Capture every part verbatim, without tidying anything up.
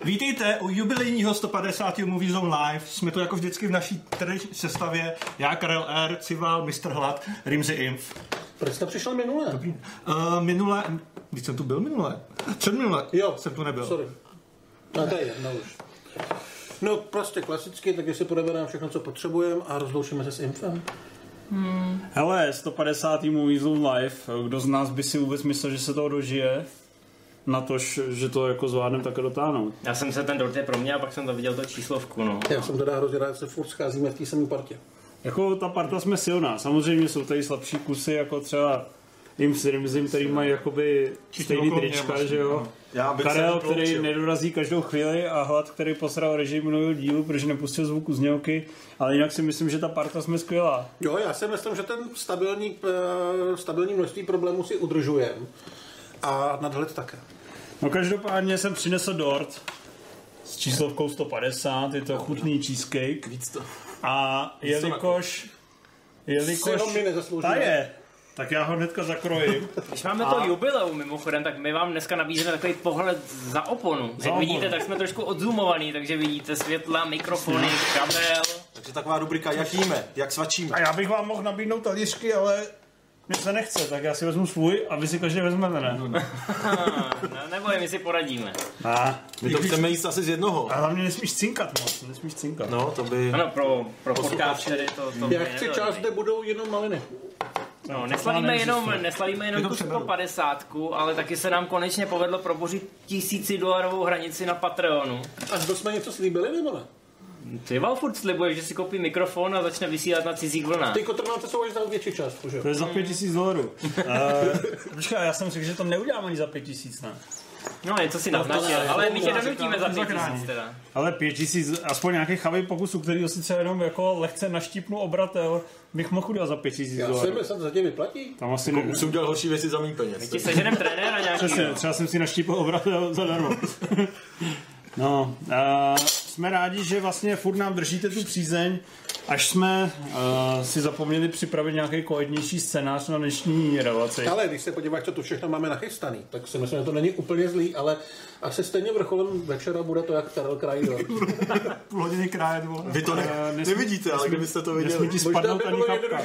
Vítejte u jubilejního sto padesátého Movie Zone Live. Jsme tu jako vždycky v naší sestavě. Já, Karel R, Cival, mister Hlad, Rimzy Inf. Proč jste přišel minule? Uh, minule, když jsem tu byl minule? Před minule jo, jsem tu nebyl. Sorry. No to je jedno už. No prostě klasicky, tak jestli podebereme všechno, co potřebujeme a rozloučíme se s Infem. Hmm. Hele, sto padesátý Movie Zone Live. Kdo z nás by si vůbec myslel, že se toho dožije? Na to, že to jako zvládnem také dotáhnout. Já jsem se ten dort je pro mě a pak jsem tam viděl to číslovku, no. Já jsem teda hrozně rád, že se furt scházíme v té samé partě. Jako ta parta jsme silná. Samozřejmě jsou tady slabší kusy, jako třeba jim s Rimzim, který mají jakoby stejný trička, vlastně, že jo. Karel, který nedorazí každou chvíli a Hlad, který posral režim minulého dílu, protože nepustil zvuk znělky, ale jinak si myslím, že ta parta jsme skvělá. Jo, já si myslím, že ten stabilní, stabilní množství problémů si udržujeme a nadhled také. No každopádně jsem přinesl dort s číslovkou sto padesát, je to chutný cheesecake. Víc to. A jelikož... Jelikož... Ta je, tak já ho hnedka zakrojím. Když máme a... to jubileum mimochodem, tak my vám dneska nabízíme takový pohled za oponu. Za Jak oponu. Vidíte, tak jsme trošku odzoomovaný, takže vidíte světla, mikrofony, kabel. Takže taková rubrika, jak jíme, jak svačíme. A já bych vám mohl nabídnout talířky, ale mě se nechce, tak já si vezmu svůj a vy si každý vezmete, ne? No, nebo my si poradíme. A, my to chceme jíst asi z jednoho. A hlavně nesmíš cinkat moc, nesmíš cinkat. No, to by... Ano, pro, pro podcastery to, to Já chci část, kde budou jenom maliny. No, neslavíme jenom, neslavíme jenom tu sto padesát, ale taky se nám konečně povedlo probořit tisíci dolarovou hranici na Patreonu. A to jsme něco slíbili, nebo ne? Ty Val furt slibuješ, že si koupí mikrofon a začne vysílat na cizích vlnách. Ty kotrmelce jsou až za větší částku, že? To je za pět tisíc dolarů. Počkej, já jsem řekl, že to neudělám ani za pět tisíc, ne? No, něco si naznačil, no, ale my tě donutíme za pět tisíc teda. Ale pět tisíc, aspoň nějaký chavý pokus, u kterého si třeba jenom jako lehce naštipnu obratel, bych mohl udělat za pět tisíc dolarů. Já jsem za tě vyplatí. Tam asi ne... Musím dělat horší věci za méně peněz. My ti seženem trenéra nějaký. Přesně, třeba jsem si naštipl obratel zadarmo. No, uh, jsme rádi, že vlastně furt nám držíte tu přízeň, až jsme uh, si zapomněli připravit nějaký kvalitnější scénář na dnešní relaci. Ale když se podíváš, co tu všechno máme nachystaný, tak si myslím, že to není úplně zlý, ale asi stejně vrcholem večera bude to, jak Karel krají. Půl hodiny krájet, vy to ne, uh, nesmí, nevidíte, ale kdybyste to viděli. Nesmí ti spadnout ani kapka.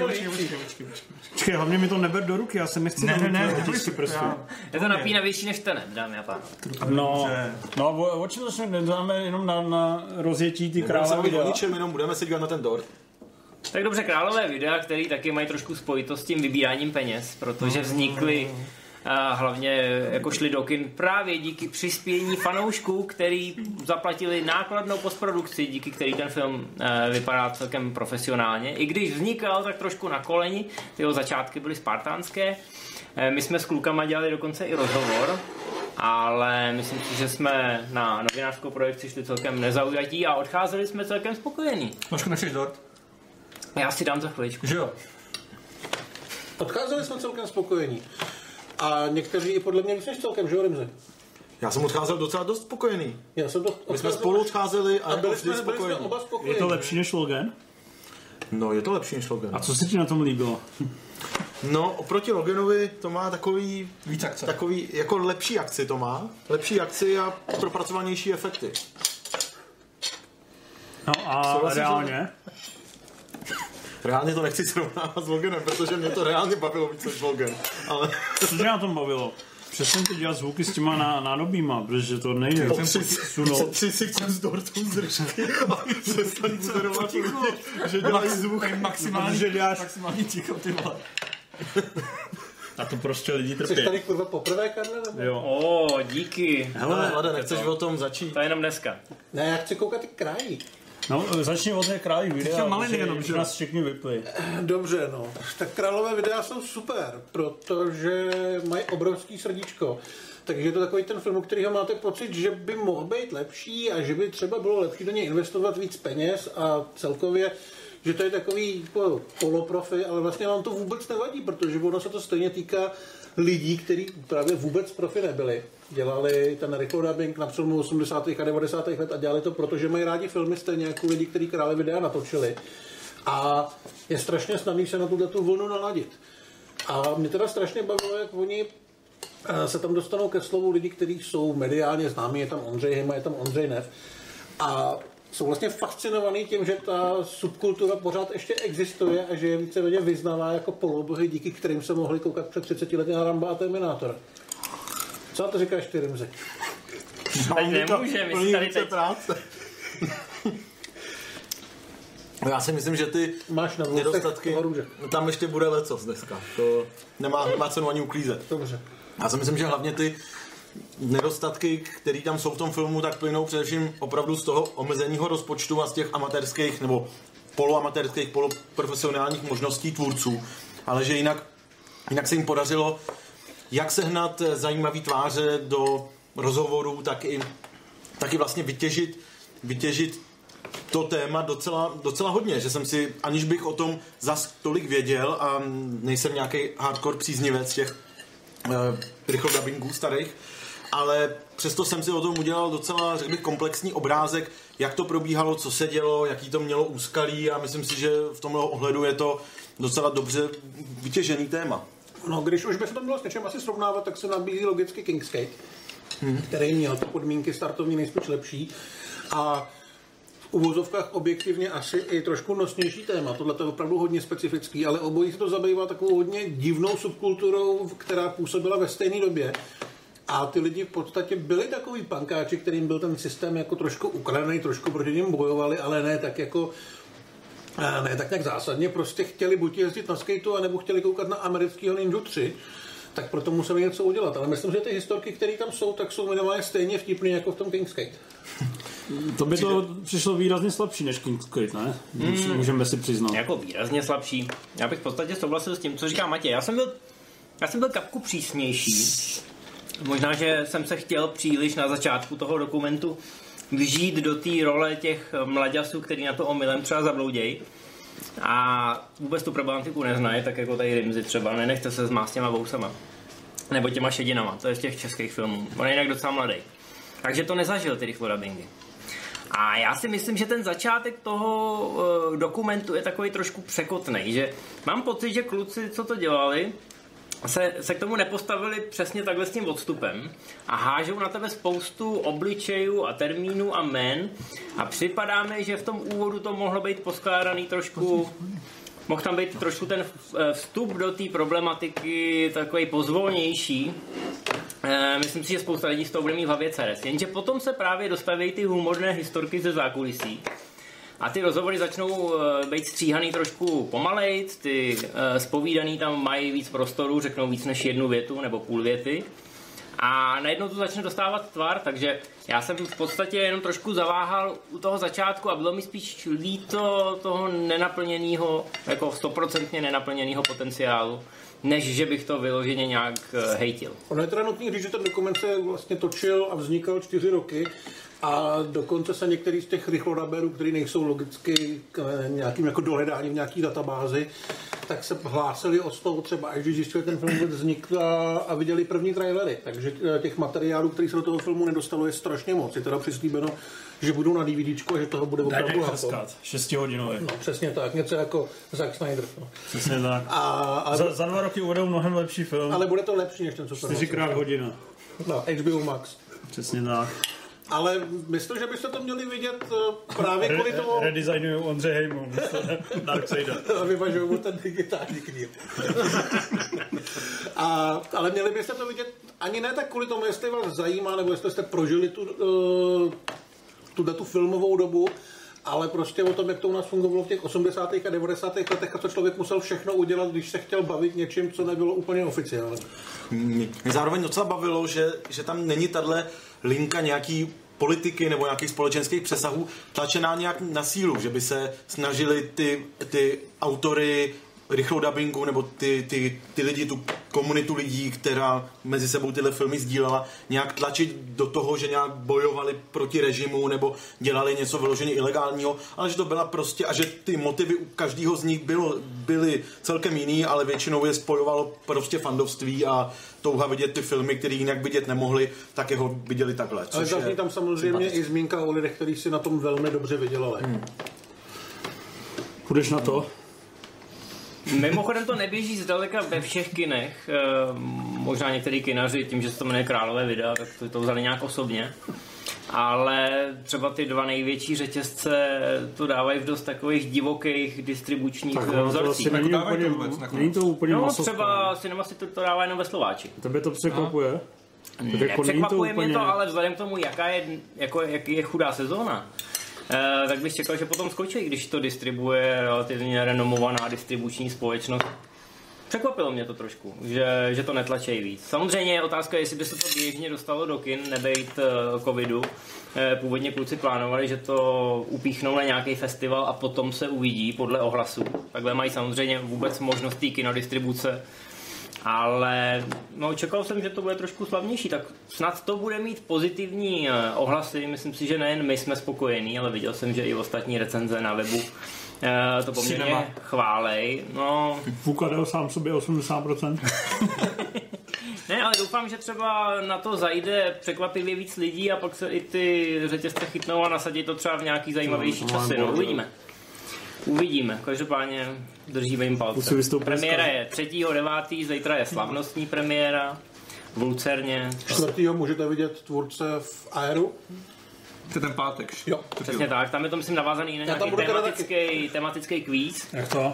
Počkej, hlavně mi to neber do ruky, já se nechci ne, ne, ne, ne, je to napínavější než tenet, dámy a pánové. No, no, o čem začneme, dáme jenom na, na rozjetí ty králové videa. O ničem, jenom budeme se dívat na ten dort. Tak dobře, králové videa, které taky mají trošku spojitost s tím vybíráním peněz, protože vznikly a hlavně jako šli do kin právě díky přispění fanoušků, který zaplatili nákladnou postprodukci, díky který ten film e, vypadá celkem profesionálně. I když vznikal tak trošku na koleni, ty jeho začátky byly spartánské. E, my jsme s klukama dělali dokonce i rozhovor, ale myslím si, že jsme na novinářskou projekci šli celkem nezaujatí a odcházeli jsme celkem spokojení. Možná nechceš dort? Já si dám za chviličku. Že jo? Odcházeli jsme celkem spokojení. A někteří i podle mě víc než celkem, že jo, Rimzi? Já jsem odcházel docela dost spokojený. Já jsem to My jsme spolu odcházeli a, a byli jsme, byli jsme oba spokojení. Je to lepší než Logan? No, je to lepší než Logan. A co se ti na tom líbilo? No, oproti Loganovi to má takový... Víc akce. Takový, jako lepší akci to má. Lepší akci a propracovanější efekty. No a Souhlasím, reálně? Reálně to nechci srovnávat s Loganem, protože mě to reálně bavilo víc než Logan. Ale... Co tě na tom bavilo? Přesně to dělat zvuky s těma ná, nádobíma, protože to nejde. Tři si kus dortu z držky a se staní sledovat lidi, že dělají zvuk. Maximální, že děláš maximální ticho, ty vole. A to prostě lidi trpí. Jsi tady kurva poprvé, Karle? Jo. O, díky. Hele, Hlade, nechceš o tom začít? To je jenom dneska. Ne, já chci koukat ty krají. No, začni od té králí videa, maliny jenom, že nás všichni vypli. Dobře, no. Tak králové videa jsou super, protože mají obrovský srdíčko. Takže je to takový ten film, u kterého máte pocit, že by mohl být lepší a že by třeba bylo lepší do něj investovat víc peněz a celkově, že to je takový jako poloprofi, ale vlastně vám to vůbec nevadí, protože ono se to stejně týká lidí, kteří právě vůbec profi nebyli. Dělali ten rychlodubbing na přelomu osmdesátých a devadesátých let a dělali to, protože mají rádi filmy stejně jako lidi, kteří krále videa natočili. A je strašně snadný se na tuto vlnu naladit. A mě teda strašně bavilo, jak oni se tam dostanou ke slovu lidi, kteří jsou mediálně známí, je tam Ondřej Hejma, je tam Ondřej Nev a jsou vlastně fascinovaný tím, že ta subkultura pořád ještě existuje a že je víceméně vyznává jako polobohy, díky kterým se mohli koukat před třiceti lety na Ramba a Terminátora. Co na to říkáš ty, Rimzi? Teď nemůže, my si tady teď... Já si myslím, že ty Máš na nedostatky, tam ještě bude lecos dneska. To nemá, nemá cenu ani uklízet. Dobře. Já si myslím, že hlavně ty nedostatky, které tam jsou v tom filmu, tak plynou především opravdu z toho omezeného rozpočtu a z těch amatérských nebo poloamatérských, poloprofesionálních možností tvůrců. Ale že jinak, jinak se jim podařilo jak sehnat zajímavý tváře do rozhovorů, tak i, tak i vlastně vytěžit, vytěžit to téma docela, docela hodně, že jsem si, aniž bych o tom zas tolik věděl a nejsem nějaký hardcore příznivec těch uh, rychlodubbingů starých, ale přesto jsem si o tom udělal docela, řekl bych, komplexní obrázek, jak to probíhalo, co se dělo, jaký to mělo úskalí a myslím si, že v tomhle ohledu je to docela dobře vytěžený téma. No, když už by se to mělo s něčem asi srovnávat, tak se nabízí logicky King's Gate, hmm. který měl ty podmínky startovní nejspíš lepší a v uvozovkách objektivně asi i trošku nosnější téma. Tohle je opravdu hodně specifický, ale obojí se to zabývá takovou hodně divnou subkulturou, která působila ve stejné době. A ty lidi v podstatě byli takový pankáči, kterým byl ten systém jako trošku ukradený, trošku proti něm bojovali, ale ne tak jako ne tak nějak zásadně. Prostě chtěli buď jezdit na skateu, anebo chtěli koukat na amerického Ninja tři, tak proto museli něco udělat. Ale myslím, že ty historky, které tam jsou, tak jsou minimálně stejně vtipný jako v tom King's Gate. To by to přišlo výrazně slabší než King's Gate, ne? Hmm. Můžeme si přiznat. Jako výrazně slabší. Já bych v podstatě souhlasil s tím, co říká Matěj. Já jsem byl, já jsem byl kapku přísnější. Možná, že jsem se chtěl příliš na začátku toho dokumentu vžít do té role těch mlaďasů, který na to omylem třeba zabloudějí a vůbec tu problematiku neznají, tak jako tady Rimzi třeba, nenechte se zmást těma vousama. Nebo těma šedinama, to je z těch českých filmů. On je jinak docela mladý. Takže to nezažil ty rychlodubbingy. A já si myslím, že ten začátek toho uh, dokumentu je takový trošku překotnej, že mám pocit, že kluci, co to dělali, se, se k tomu nepostavili přesně takhle s tím odstupem a hážou na tebe spoustu obličejů a termínů a jmen a připadá mi, že v tom úvodu to mohlo být poskládaný trošku, mohl tam být trošku ten vstup do té problematiky takový pozvolnější. E, myslím si, že spousta lidí z toho bude mít v hlavě Ceres, jenže potom se právě dostaví ty humorné historky ze zákulisí. A ty rozhovory začnou uh, být stříhaný trošku pomalejc, ty uh, zpovídaný tam mají víc prostoru, řeknou víc než jednu větu nebo půl věty. A najednou to začne dostávat tvar, takže já jsem v podstatě jenom trošku zaváhal u toho začátku a bylo mi spíš líto toho nenaplněného, jako stoprocentně nenaplněného potenciálu, než že bych to vyloženě nějak uh, hejtil. Ono je teda nutný říct, že ten dokument se vlastně točil a vznikal čtyři roky. A dokonce se některý z těch rychlodubberů, který nejsou logicky k nějakým jako dohledání v nějaký databázi, tak se hlásili od toho třeba, až když zjistili, ten film vznikl a viděli první trailery. Takže těch materiálů, který se do toho filmu nedostalo, je strašně moc. Je teda přislíbeno, že budou na DVDčku a že toho bude opravdu hafo. šestihodinový. No, přesně tak, něco jako Zack Snyder. No. Přesně tak. A, a za, za dva roky uvedou mnohem lepší film. Ale bude to lepší než ten Super. Čtyřikrát hodina. No, H B O Max. Přesně tak. Ale myslím, že byste to měli vidět právě kvůli tomu... Redesignují Ondřej Hejmu. Darksider. A vyvažují mu ten digitální knihu. A, ale měli byste to vidět ani ne tak kvůli tomu, jestli vás zajímá, nebo jestli jste prožili tu, uh, tu, tu filmovou dobu, ale prostě o tom, jak to u nás fungovalo v těch osmdesátých a devadesátých letech a co člověk musel všechno udělat, když se chtěl bavit něčím, co nebylo úplně oficiální. Mě zároveň docela bavilo, že, že tam není tahle linka nějaký politiky nebo nějakých společenských přesahů tlačená nějak na sílu, že by se snažili ty, ty autory rychlodubbingu nebo ty, ty, ty lidi, tu komunitu lidí, která mezi sebou tyhle filmy sdílela, nějak tlačit do toho, že nějak bojovali proti režimu nebo dělali něco vyloženě ilegálního, ale že to byla prostě a že ty motivy u každého z nich bylo, byly celkem jiný, ale většinou je spojovalo prostě fandovství a touha vidět ty filmy, které jinak vidět nemohli, tak jeho viděli takhle. Ale zazní tam samozřejmě i zmínka o lidech, kteří si na tom velmi dobře vydělali. Hmm. Půjdeš na to? Mimochodem to neběží zdaleka ve všech kinech, možná některý kinaři tím, že se to jmenuje Králové videa, tak to, to vzali nějak osobně. Ale třeba ty dva největší řetězce to dávají v dost takových divokých distribučních vzorcích. Není, není to úplně no, masovka. Třeba Cinema City to dává jenom ve Slováči. Tebe to překvapuje? Nepřekvapuje mě to, ale vzhledem k tomu, jaká je, jako, jak je chudá sezóna, eh, tak bych čekal, že potom skočí, když to distribuje relativně renomovaná distribuční společnost. Překvapilo mě to trošku, že, že to netlačí víc. Samozřejmě je otázka, jestli by se to běžně dostalo do kin, nebejt uh, covidu. Eh, původně kluci plánovali, že to upíchnou na nějaký festival a potom se uvidí podle ohlasu. Takhle mají samozřejmě vůbec možnost té kinodistribuce. Ale no, čekal jsem, že to bude trošku slavnější, tak snad to bude mít pozitivní ohlasy. Myslím si, že nejen my jsme spokojení, ale viděl jsem, že i ostatní recenze na webu e, to poměrně Cinema. chválej. No. Fuka dal sám sobě osmdesát procent. Ne, ale doufám, že třeba na to zajde překvapivě víc lidí a pak se i ty řetězce chytnou a nasadí to třeba v nějaký zajímavější no, časy. No, uvidíme. Uvidíme, každopádně držíme jim palce. Premiéra je třetího devátého zítra je slavnostní premiéra v Lucerně. čtvrtého můžete vidět tvůrce v Aeru. To je ten pátek. Jo. Přesně tak, tam je to myslím navázaný na nějaký tematický, tematický kvíz. Jak to?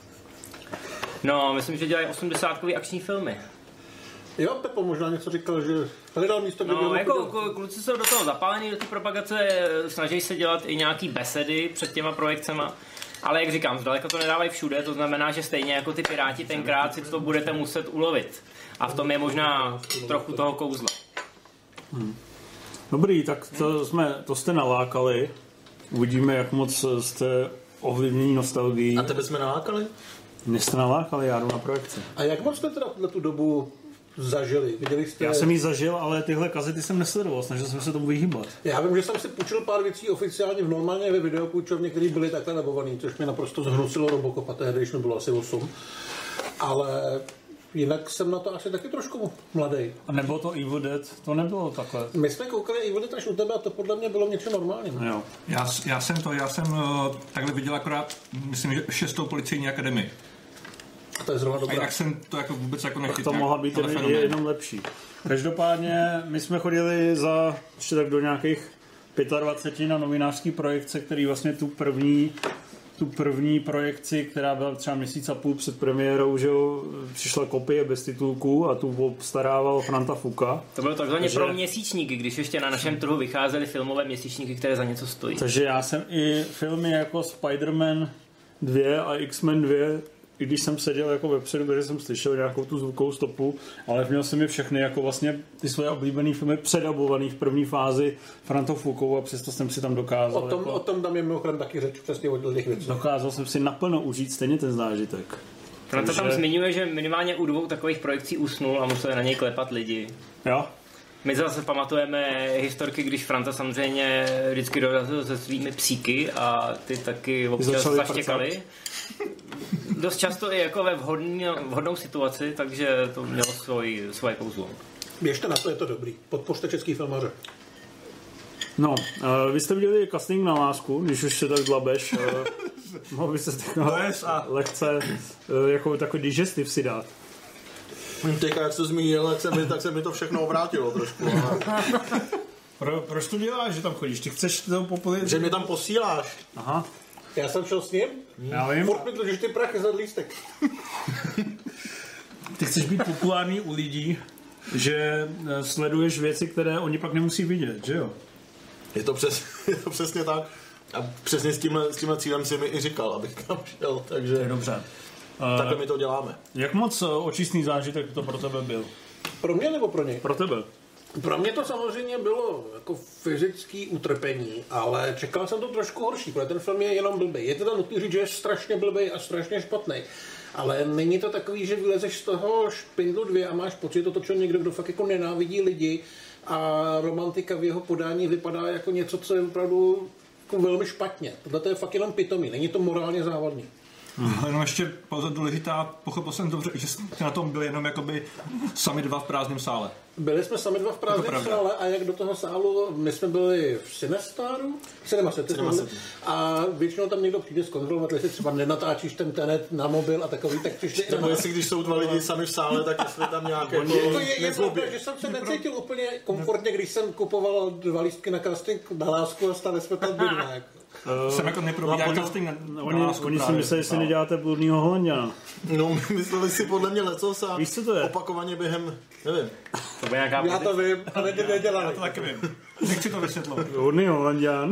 No, myslím, že dělají osmdesátkový akční filmy. Jo, Pepo možná něco říkal, že hledal místo, kde no, jako kluci jsou do toho zapálení, do té propagace, snaží se dělat i nějaký besedy před těma projekcema. Ale jak říkám, zdaleka to nedávají všude, to znamená, že stejně jako ty Piráti tenkrát si to budete muset ulovit. A v tom je možná trochu toho kouzla. Hmm. Dobrý, tak to, jsme, to jste nalákali. Uvidíme, jak moc jste ovlivnění nostalgií. A tebe jsme nalákali? Mě jste nalákali, já jdu na projekci. A jak moc jste teda na tu dobu zažili? Viděli jste... Já jsem ji zažil, ale tyhle kazety jsem nesledoval, snažil jsem se tomu vyhýbat. Já vím, že jsem si půjčil pár věcí oficiálně v normálně ve videopůjčovně, které byly takhle dabovaný, což mě naprosto zhnusilo Robocopa, tehdy, když mi bylo asi osm. Ale jinak jsem na to asi taky trošku mladý. A nebylo to Evil Dead? To nebylo takhle. My jsme koukali Evil Dead až u tebe a to podle mě bylo něco normálního. Jo. Já, já jsem to, já jsem uh, takhle viděl akorát, myslím, že šestou policejní akademii. To je zrovna dobrá. A jinak jsem to jako vůbec jako nechytil. Tak to mohla být jen, jenom lepší. Každopádně my jsme chodili za ještě tak do nějakých dvacet pět na novinářský projekce, který vlastně tu první tu první projekci, která byla třeba měsíc a půl před premiérou, že jo, přišla kopie bez titulků a tu obstarával Franta Fuka. To bylo takzvaně takže... pro měsíčníky, když ještě na našem trhu vycházely filmové měsíčníky, které za něco stojí. Takže já jsem i filmy jako Spider-Man dva a X-Men dva, i když jsem seděl jako vepředu, protože jsem slyšel nějakou tu zvukovou stopu, ale měl jsem je všechny jako vlastně ty svoje oblíbené filmy předabovaný v první fázi Frantou Fukou a přesto jsem si tam dokázal. O tom, jako, o tom tam je mimochodem taky řeč přesně o těch věcí. Dokázal jsem si naplno užít stejně ten zážitek. Franta takže... tam zmiňuje, že minimálně u dvou takových projekcí usnul a museli na něj klepat lidi. Jo. My zase pamatujeme historky, když Franta samozřejmě vždycky dorazil se svými psíky a ty taky občas zaštěkali. Dost často i jako ve vhodný, vhodnou situaci, takže to mělo svoj, svoje kouzlo. Běžte na to, je to dobrý. Podpořte český filmaře. No, uh, vy jste viděli Casting na lásku, když už se tak dlabeš. Uh, mohl byste lehce uh, jako takový digestiv si dát. Teďka, jak jsi zmínil, tak se, mi, tak se mi to všechno obrátilo trošku. Ale... Pro, proč to děláš, že tam chodíš? Ty chceš to popolit? Že mě tam posíláš. Aha. Já jsem šel s ním. Já vím. Furt mi dlužíš ty prachy za lístek. Ty chceš být populární u lidí, že sleduješ věci, které oni pak nemusí vidět, že jo? Je to, přes, je to přesně tak. A přesně s tímhle, s tímhle cílem si mi i říkal, abych tam šel, takže... Je dobře. Takhle my to děláme. Jak moc očistný zážitek to pro tebe byl? Pro mě nebo pro něj? Pro tebe. Pro mě to samozřejmě bylo jako fyzický utrpení, ale čekal jsem to trošku horší, protože ten film je jenom blbej. Je teda nutný říct, že je strašně blbej a strašně špatný. Ale není to takový, že vylezeš z toho špindlu dvě a máš pocit, to točil někdo, kdo fakt jako nenávidí lidi a romantika v jeho podání vypadá jako něco, co je opravdu jako velmi špatně. Tohle je fakt jenom pitomý, není to morálně závadný. Hmm. Jenom ještě pouze důležitá, pochopil jsem dobře, že na tom byli jenom jakoby sami dva v prázdném sále. Byli jsme sami dva v prázdném sále a jak do toho sálu, my jsme byli v Cinestaru, Cinema City, a většinou tam někdo přijde zkontrolovat, jestli třeba nenatáčíš ten tenet na mobil a takový, tak přišli... Nebo jestli když jsou dva lidi sami v sále, tak jestli tam nějaké... Jako je, je pravda, že jsem se necítil úplně komfortně, když jsem kupoval dva lístky na casting na Lásku a stali jsme tam bydla. Uh, jsem jako neprobíhá casting na, na Oni, oni si mysleli, že si neděláte bludnýho Holanděna. No, mysleli si podle mě lecos a víš, co to je? Opakovaně během, nevím. To by nějaká já to vím, ale ty nedělali. Já to taky vím. Nechci to vysvětlovat. Bludný Holanděn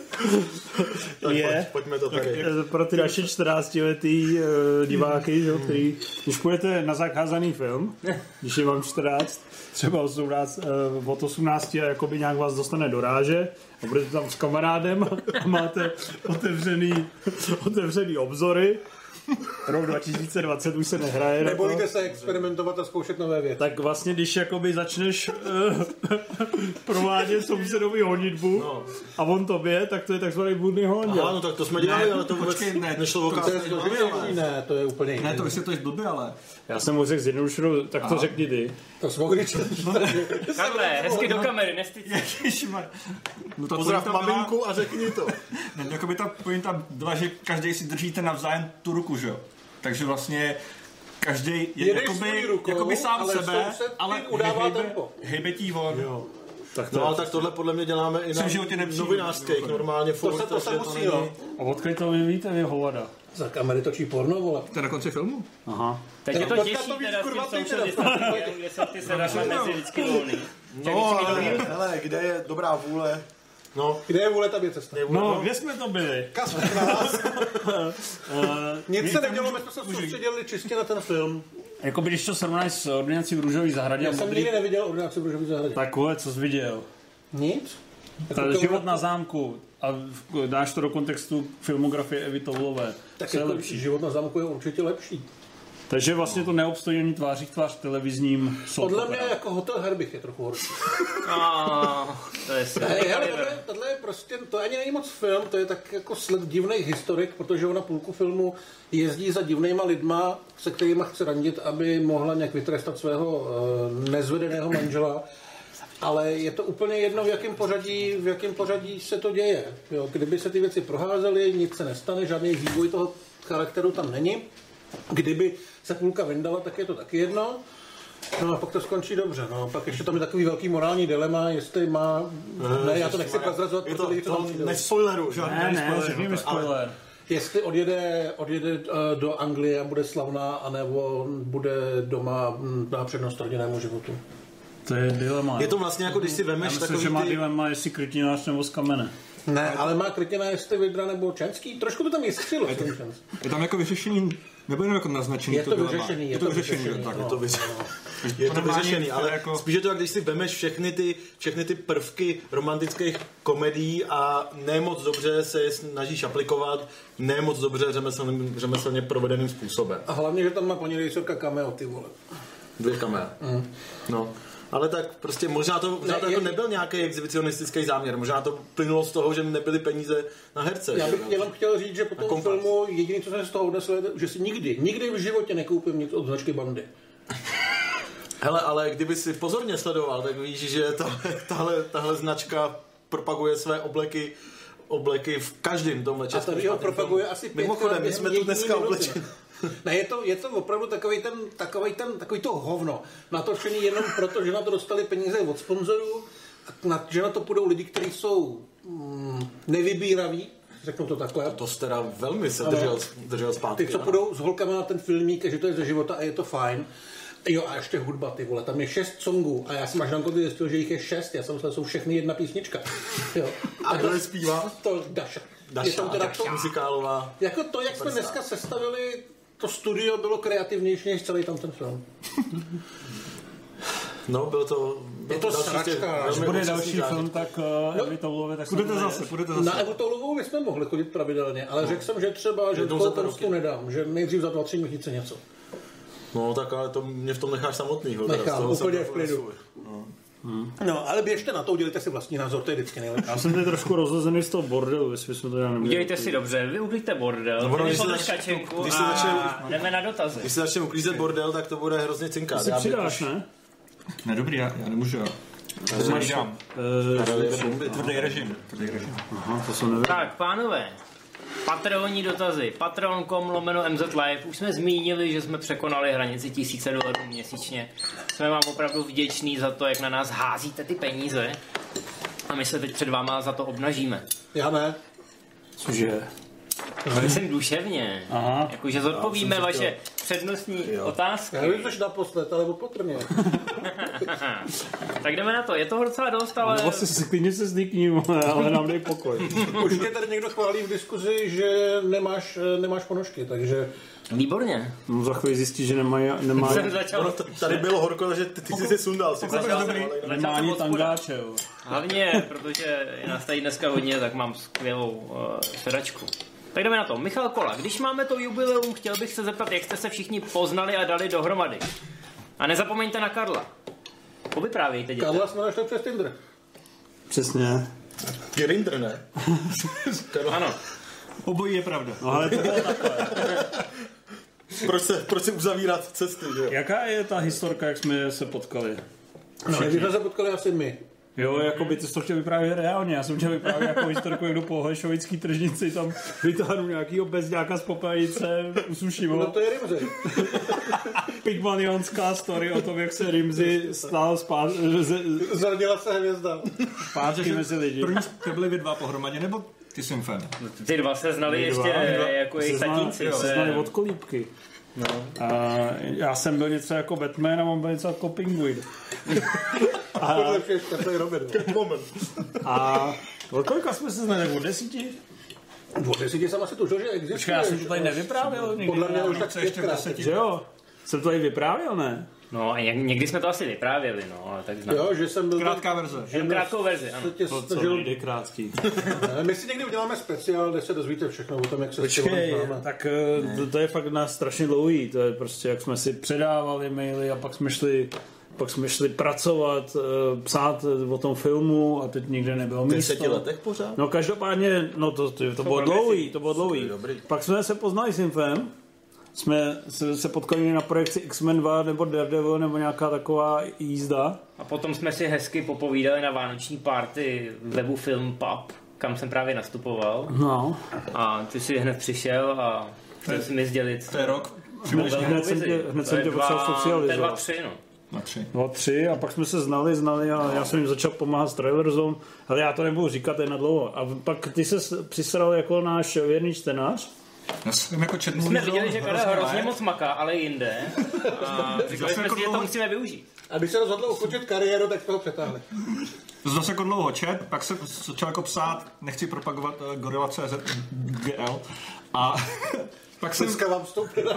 je pojď, pojďme to tady. Pro ty naše čtrnáctiletý uh, diváky, že, který, když půjdete na zakázaný film, když je vám čtrnáct, třeba osmnáct, uh, od osmnácti a jakoby nějak vás dostane do ráže a budete tam s kamarádem a máte otevřený, otevřený obzory. Rok dva tisíce dvacet už se nehraje. Nebojíte se experimentovat a zkoušet nové věci. Tak vlastně, když jakoby začneš uh, provádět sousedový honitbu no. a on tobě, tak to je takzvaný bludný Holanděn. Aha, no tak to jsme dělali, ne, ale to vůbec počkej, ne, nešlo o to, to, ne, to je úplně jiné. Ne, to vysvětluješ blbě, ale... Já jsem mu řekl zjednodušenou, tak to řekni ty. To jsme mohli čet. Karle, hezky do kamery, nestyď. No pozdrav maminku a řekni to. Ne, jako by ta pointa byla, že každý si držíte navzájem tu ruku, že jo? Takže vlastně každý je jakoby, rukou, jakoby sám ale sebe, ale hejbe, hejbe tí von. Jo. Tak to no ale tak tohle podle mě děláme i na novinářských normálně. To se to se musí, no. A odkud to vy víte, vy hovada? Za kamery točí porno, vole. To je na konci filmu? Aha. Teď je to těžší teda s tím social distancing, kde jsou ty sedačky mezi vždycky volný. No, ale hele, kde je dobrá vůle? No. Kde je vůle, tam je cesta. No, kde jsme to byli? Kasper nás. Nic se nedělo, my jsme se soustředili čistě na ten film. Jako když to srovnáš s Ordinací v Růžové zahradě. Já jsem modrý... nikdy neviděl Ordinaci v Růžové zahradě. Tak vole, co jsi viděl? Nic. Ta Život na zámku. A dáš to do kontextu filmografie Evy Toulové. Tak jako lepší. Život na zámku je určitě lepší. Takže vlastně to neobstojí ani tváří v tvář televizním softwarem. Podle mě jako Hotel Herbich je trochu horší. Oh, to je ne, hele, tohle, tohle je prostě, to ani není moc film, to je tak jako sled divných historik, protože ona půlku filmu jezdí za divnýma lidma, se kterýma chce randit, aby mohla nějak vytrestat svého uh, nezvedeného manžela. Ale je to úplně jedno, v jakém pořadí, v jakém pořadí se to děje. Jo, kdyby se ty věci proházely, nic se nestane, žádný vývoj toho charakteru tam není. Kdyby se půlka vyndala, tak je to taky jedno. No a pak to skončí dobře. No. Pak ještě tam je takový velký morální dilema, jestli má... Ne, já to nechci prozrazovat, protože lidi to tam přijdou. Nespoileru, žádný ne, ne, řekněme spoiler. Jestli odjede, odjede uh, do Anglie a bude slavná, anebo bude doma, dá přednost rodinnému životu. To je dilema. Je to vlastně jako když si vemeš takový... Já takový myslím, že má ty... dilema, jestli krytinář nebo z kamene. Ne, ale má krytina, jestli Vidra nebo Čenský. Trošku to tam jistřilo. Je, je tam jako vyřešení, nebo jenom jako naznačení. Je to, to vyřešení. Je, je to vyřešení. vyřešení tak no, je to vyřešení. No. Je to vyřešení, ale jako... spíš je to, jak když si vemeš všechny ty, všechny ty prvky romantických komedií a ne moc dobře se je snažíš aplikovat, ne moc dobře řemeslně, řemeslně provedeným způsobem. A hlavně, že tam má paní rejsorka cameo, ty vole. Dvě cameo. Mm. No. Ale tak prostě možná to, možná ne, to jako je, nebyl nějaký exhibicionistický záměr, možná to plynulo z toho, že nebyly peníze na herce. Já bych jenom chtěl říct, že po tom filmu jediné, co jsem z toho odnesl, je, že si nikdy, nikdy v životě nekoupím nic od značky Bandy. Hele, ale kdyby si pozorně sledoval, tak víš, že tahle, tahle, tahle značka propaguje své obleky obleky v každém tomhle českém. A tady ho propaguje asi pět. Mimochodem, my jsme tu dneska oblečeni. Ne, je to, je to opravdu takový ten, takový ten, takový to hovno. Natočený jenom proto, že na to dostali peníze od sponzorů, na, že na to půjdou lidi, kteří jsou mm, nevybíraví, řeknu to takhle. To jste teda velmi se držel, držel zpátky. Ty, co půjdou s holkama na ten filmík, že to je ze života a je to fajn. Jo, a ještě hudba, ty vole, tam je šest songů a já jsem až na konci zjistil, že jich je šest, já jsem myslel, že jsou všechny jedna písnička. Jo. A kdo je zpívá? To Daša. Daša, je to teda to, muzikálová. Jako to, jak jsme dneska sestavili, to studio bylo kreativnější než celý tam ten film. No, bylo to... Je to sračka. Až bude další zážitek. Film, tak uh, Evi Toulově, tak půjdete zase, půjdete zase. Na Evu Toulovou bychom mohli chodit pravidelně, ale no. řekl jsem, že třeba, že to prostě nedám, že nejdřív za dva, tři měsíce něco. No tak ale to mě v tom necháš samotnýho. Nechám, úplně v klidu. No. Hmm. No, ale běžte na to, udělejte si vlastní názor, to je vždycky nejlepší. Já jsem tady trošku rozhozený z toho bordelu, jestli jsme to já neměli. Udělejte si dobře, vy uklíďte bordel, no, když, zač... když a jdeme na dotazy. Když se začne uklízet bordel, tak to bude hrozně cinkat. Ty si přidáš, ne? Nedobrý, já, já nemůžu. To máš dám. Tvrdý režim. Tvrdý režim. Aha, to jsem nevěděl. Tak, pánové. Patreonní dotazy. Patreon tečka com lomeno M Z Live. Už jsme zmínili, že jsme překonali hranici tisíce dolarů měsíčně. Jsme vám opravdu vděční za to, jak na nás házíte ty peníze. A my se teď před váma za to obnažíme. Já ne. Cože? Myslím duševně. Aha. Jakože zodpovíme vaše přednostní jo. otázky. Já nevím, což naposled, ale opatrně. Tak jdeme na to. Je toho docela dost, ale... No vlastně si klidně se zdykním, ale nám dej pokoj. Už tě tady někdo chválí v diskuzi, že nemáš, nemáš ponožky, takže... Výborně. No za chvíli zjistí, že nemají... Nemá... Ono tady bylo horko, že ty, ty jsi si sundal. Si nemá ani tangáče, jo. Hlavně, protože je nás tady dneska hodně, tak mám skvělou uh, sedačku. Tak jdeme na to. Michal Kola, když máme to jubileum, chtěl bych se zeptat, jak jste se všichni poznali a dali dohromady. A nezapomeňte na Karla. Povyprávějte, děti. Karla jsme našli přes Tinder. Přesně. Grindr, ne? Ano. Obojí je pravda. No ale to bylo takhle. proč, se, proč se uzavírat cesty, že jo? Jaká je ta historka, jak jsme se potkali? No, jak jsme se potkali asi my. Jo, jako by ty jsi to chtěl vyprávět reálně. Já jsem chtěl vyprávět jako historku, jak jdu po Holešovický tržnici, tam vytáhnu nějakýho bezďáka z popelnice, usuším ho. No to je Rimzy. Pygmalionská story o tom, jak se Rimzy stál zpátky. Zrodila se hvězda. Zpátky mezi lidi. První jste byli vy dva pohromadě, nebo ty jsi fan? Ty dva se znali Ty ještě dva, jako jejich tatínci. Se znali od kolíbky. No. A já jsem byl něco jako Batman a on byl něco jako Penguin. A to je Robin. Moment. A od kolika jsme se znali? Od desíti? Od desíti jsem asi tušil, že existuje. Počkej, já jsem to tady nevyprávěl. Podle mě už tak ještě v deseti. Že jo? Jsem to tady vyprávěl, ne? No a někdy jsme to asi vyprávěli, no, ale tak znám. Jo, že jsem byl... Krátká verze. Jen krátkou verzi, ano. To co nejde krátký. My si někdy uděláme speciál, kde se dozvíte všechno o tom, jak se Počkej, tak to, to je fakt na strašně dlouhý. To je prostě, jak jsme si předávali maily a pak jsme šli... Pak jsme šli pracovat, psát o tom filmu a teď nikde nebylo místo. V deseti letech pořád? No každopádně, no to, to, to bylo dlouhý, to bylo dlouhý. Pak jsme se poznali s Infem, jsme se, se potkali na projekci X-Men dva nebo Daredevil nebo nějaká taková jízda. A potom jsme si hezky popovídali na vánoční party webu Film Pub, kam jsem právě nastupoval. No. A ty si hned přišel a chtěl si mi sdělit. To je rok. Hned jsem tě, hned jsem tě potřeboval socializovat. To je dva, tři, no. Na tři. No tři a pak jsme se znali, znali a já jsem jim začal pomáhat s Trailer Zone, ale já to nebudu říkat, to je na dlouho. A pak ty se přisral jako náš věrný čtenář. Já jsem jako četl. Jsme viděli, že Karel hrozně moc maká, ale jinde. A říkali jsme si, že to musíme využít. A když se rozhodl ukončit kariéru, tak jsme ho přetáhli. Zase jako dlouho čet, pak se začal jako psát, nechci propagovat uh, Gorilla tečka cé zet G L a pak jsem... Dneska vám vstoupil.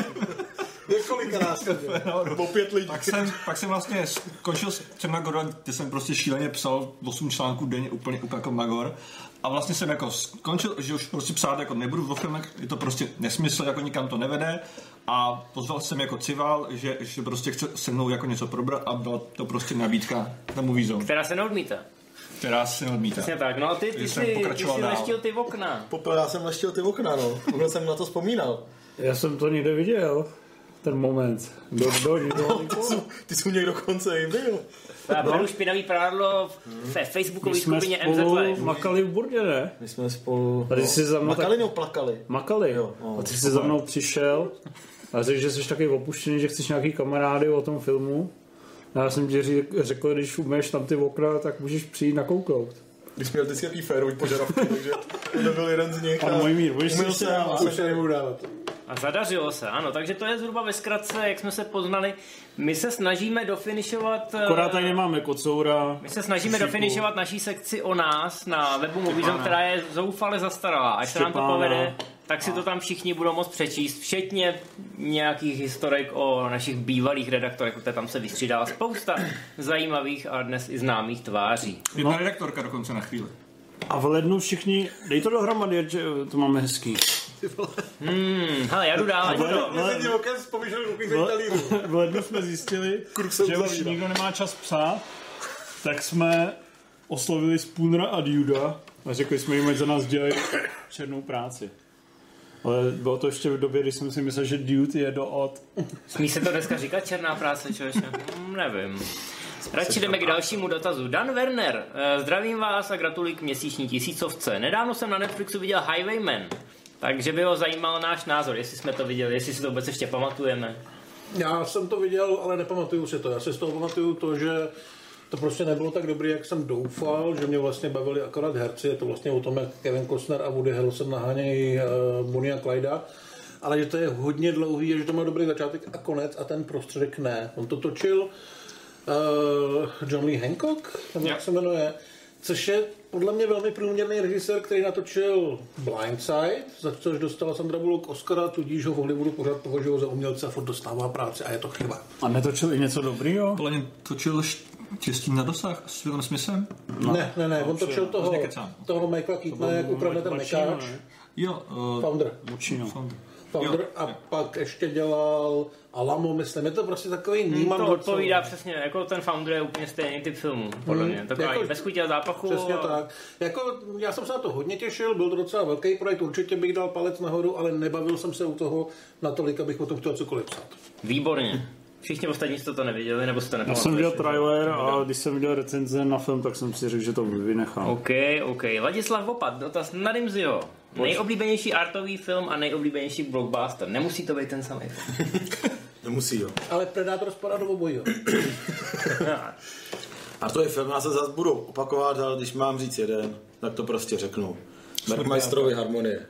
Několika následně. Po pět lidí. Pak jsem, pak jsem vlastně skončil s těma Gorilla, kde jsem prostě šíleně psal osm článků denně, úplně, úplně jako magor. A vlastně jsem jako skončil, že už prostě psát jako nebudu o filmech, je to prostě nesmysl, jako nikam to nevede. A pozval jsem jako Cival, že, že prostě chce se mnou jako něco probrat a byla to prostě nabídka na Movie Zone. Která se neodmítá. Která se neodmítá. Přesně tak, no a ty, ty, jsi, ty jsi leštil ty okna. Popel, já jsem leštil ty okna, no. Už jsem na to vzpomínal. Já jsem to někde viděl, ten moment. Do, do, do, no, ty, jsi, ty jsi u něj dokonce i byl. Já byl špinavý prádlo ve facebookové skupině M Z Live. My jsme makali v burdě, ne? My jsme spolu a ty jsi za mnou makali tak... nebo plakali? Makali. Jo, no, a ty jsi za mnou přišel a řekl, že jsi takový opuštěný, že chceš nějaký kamarády o tom filmu. A já jsem ti řekl, když umeš tam ty okna, tak můžeš přijít nakouknout. Když jsi měl vždycky jaký férový požadavky, takže to nebyl jeden z nich. Pan Mojmír, budeš si se dávat. Už se nebudu dávat. A zadařilo se, ano, takže to je zhruba ve zkratce, jak jsme se poznali. My se snažíme dofinišovat... Akorát tady nemáme kocoura. My se snažíme šipu. dofinišovat naší sekci o nás na webu Movie Zone, která je zoufale zastaralá. Až se nám to povede, tak si to tam všichni budou moct přečíst, včetně nějakých historek o našich bývalých redaktorech, protože tam se vystřídala spousta zajímavých a dnes i známých tváří. Jedna no. redaktorka dokonce na chvíli. A v lednu všichni, dej to dohromady, že to máme hezký. Hmm, hele, já jdu dál. V lednu jsme zjistili, že už nikdo nemá čas psát, tak jsme oslovili Spoonera a Duda a řekli jsme jim, že za nás dělají černou práci. Ale bylo to ještě v době, kdy jsem si myslel, že Dude je do od. Smí se to dneska říkat černá práce, člověče? Hmm, nevím. Radši jdeme k dalšímu dotazu. Dan Werner, zdravím vás a gratuluji k měsíční tisícovce. Nedávno jsem na Netflixu viděl Highwayman, takže by ho zajímal náš názor, jestli jsme to viděli, jestli si to vůbec ještě pamatujeme. Já jsem to viděl, ale nepamatuju si to. Já si z toho pamatuju to, že to prostě nebylo tak dobrý, jak jsem doufal, že mě vlastně bavili akorát herci. Je to vlastně o tom, jak Kevin Costner a Woody Harrelson nahánějí uh, Bonnie a Clyda. Ale že to je hodně dlouhý a že to má dobrý začátek a konec a ten prostředek ne. On to točil uh, John Lee Hancock, nebo jak se jmenuje, což je podle mě velmi průměrný režisér, který natočil Blindside, za což dostala Sandra Bullock Oscara, tudíž ho v Hollywoodu pořád považují za umělce a furt dostává práci a je to chyba. A netočil i něco dobrýho? Podle mě točil Štěstí na dosah s Willem Smithem? No. Ne, ne, ne, on točil toho, toho Michaela Keatona, jak ukradne ten mekáč. Jo, uh, Founder. Mučino. Founder. Founder a jo. Pak ještě dělal Alamo, myslím. Je to prostě takový Neiman. To odpovídá přesně, jako ten Founder je úplně stejný typ filmu, podle mě. Taková jako, bez chuti a zápachu. Přesně a... tak. Jako, já jsem se na to hodně těšil, byl to docela velký projekt, určitě bych dal palec nahoru, ale nebavil jsem se u toho natolik, abych o tom chtěl cokoliv psát. Výborně. Všichni ostatní jste to neviděli, nebo jste nepamatovali? Já jsem viděl trailer a když jsem viděl recenze na film, tak jsem si řekl, že to vynechám. OK, OK. Ladislav Vopat, dotaz na Rimziho. Nejoblíbenější artový film a nejoblíbenější blockbuster. Nemusí to být ten samý film. Nemusí, jo. Ale Predátor spadá do obojího. Artový film, já se zase budu opakovat, ale když mám říct jeden, tak to prostě řeknu. Bergmeisterovi Harmonie.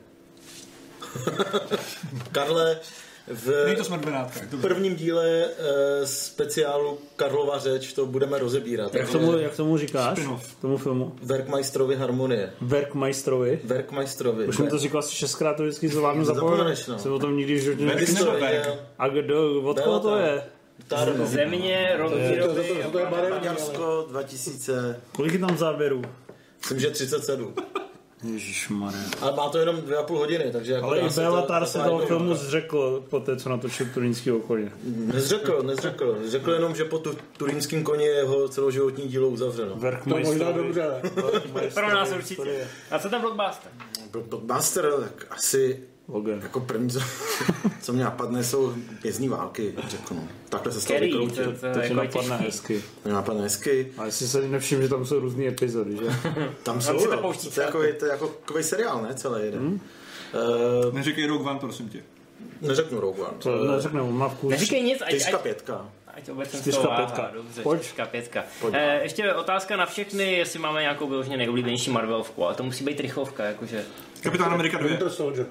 Karle, v prvním díle uh, speciálu Karlova řeč to budeme rozebírat. Jak tomu, jak tomu říkáš? Tomu filmu? Werkmeisterovi Harmonie. Werkmeisterovi? Werkmeisterovi. Už mi to říkal asi šestkrát, to vždycky zvládnu zapomenout. No. Jsem o tom nikdy v životě nevěděl. A kdo, od koho to je? Tarno. Země, rozvýroby. To je Maďarsko dva tisíce. Kolik je tam záběrů? Myslím, že třicet sedm. Ježišmarja. Ale má to jenom dvě a půl hodiny, takže... Jako ale i Bélatar se toho filmu zřekl po té, co natočil Turínského koně. Nezřekl, nezřekl. Řekl jenom, že po tu, Turínském koni je jeho celoživotní dílo uzavřeno. To možná dobře. Pro nás určitě. A co ten blockbuster? Blockbuster, tak asi... Logan. Jako první, co, co mě napadne, jsou Vězní války, řeknu. Takhle se z toho vykroutil. To, to, to ti napadne hezky. To napadne hezky. A jestli se nevšim, že tam jsou různý epizody, že? Tam jsou, to, to, to, je jako, to je jako takový seriál, ne? Celý jeden. Hmm? Uh, Neříkej Rogue One, prosím tě. Neřeknu Rogue One. To neřeknu, má vkus. Neříkej nic, ať... Čtyřka pětka. Ať obecně čtyřka pětka. Dobře, Pojď. čtyřka pětka. Pojď. E, ještě otázka na všechny, jestli máme nějakou vyloženě nejoblíbenější Marvelovku, ale to musí být rychlovka, jakože... Kapitán Amerika dva. Winter Soldier.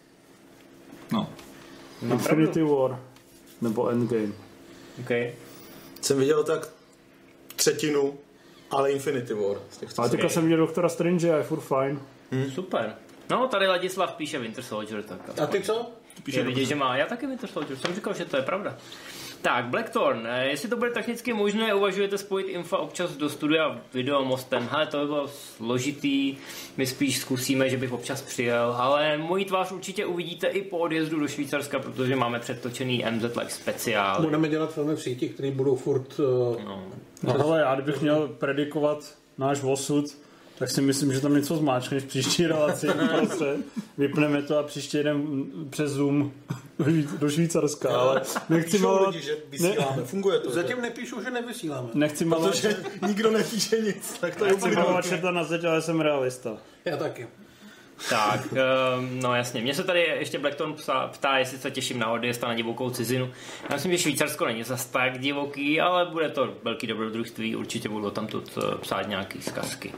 No. Infinity War. Nebo Endgame. Okay. Jsem viděl tak třetinu, ale Infinity War. Ale teďka jsem viděl Doktora Strange a je furt fajn. Hmm. Super. No, tady Ladislav píše Winter Soldier. Tak a ty co? Píše je vidět, že má. Já taky Winter Soldier. Jsem říkal, že to je pravda. Tak, Blackthorn, jestli to bude technicky možné, uvažujete spojit Infa občas do studia videomostem. Hele, to by bylo složitý, my spíš zkusíme, že bych občas přijel, ale moji tvář určitě uvidíte i po odjezdu do Švýcarska, protože máme předtočený M Z Live speciál. Budeme dělat filmy v síti, které budou furt... Uh... No, no hele, já kdybych měl predikovat náš osud, tak si myslím, že tam něco zmáčkneš příští relaci. Prostě vypneme to a příště jdem přes Zoom do Švýcarska, no, ale nechci malovat... lidi, že vysíláme, ne, funguje to. Zatím nepíšu, že nevysíláme. Nechci malovat... Protože nikdo nepíše nic. Tak to nechci malovat čerta na zeď, ale jsem realista. Já taky. Tak, um, no jasně. Mně se tady ještě Blackthorn ptá, jestli se těším na odjezd a na divokou cizinu. Já myslím, že Švýcarsko není zas tak divoký, ale bude to velký dobrodružství, určitě budou tam tu psát nějaký zkazky.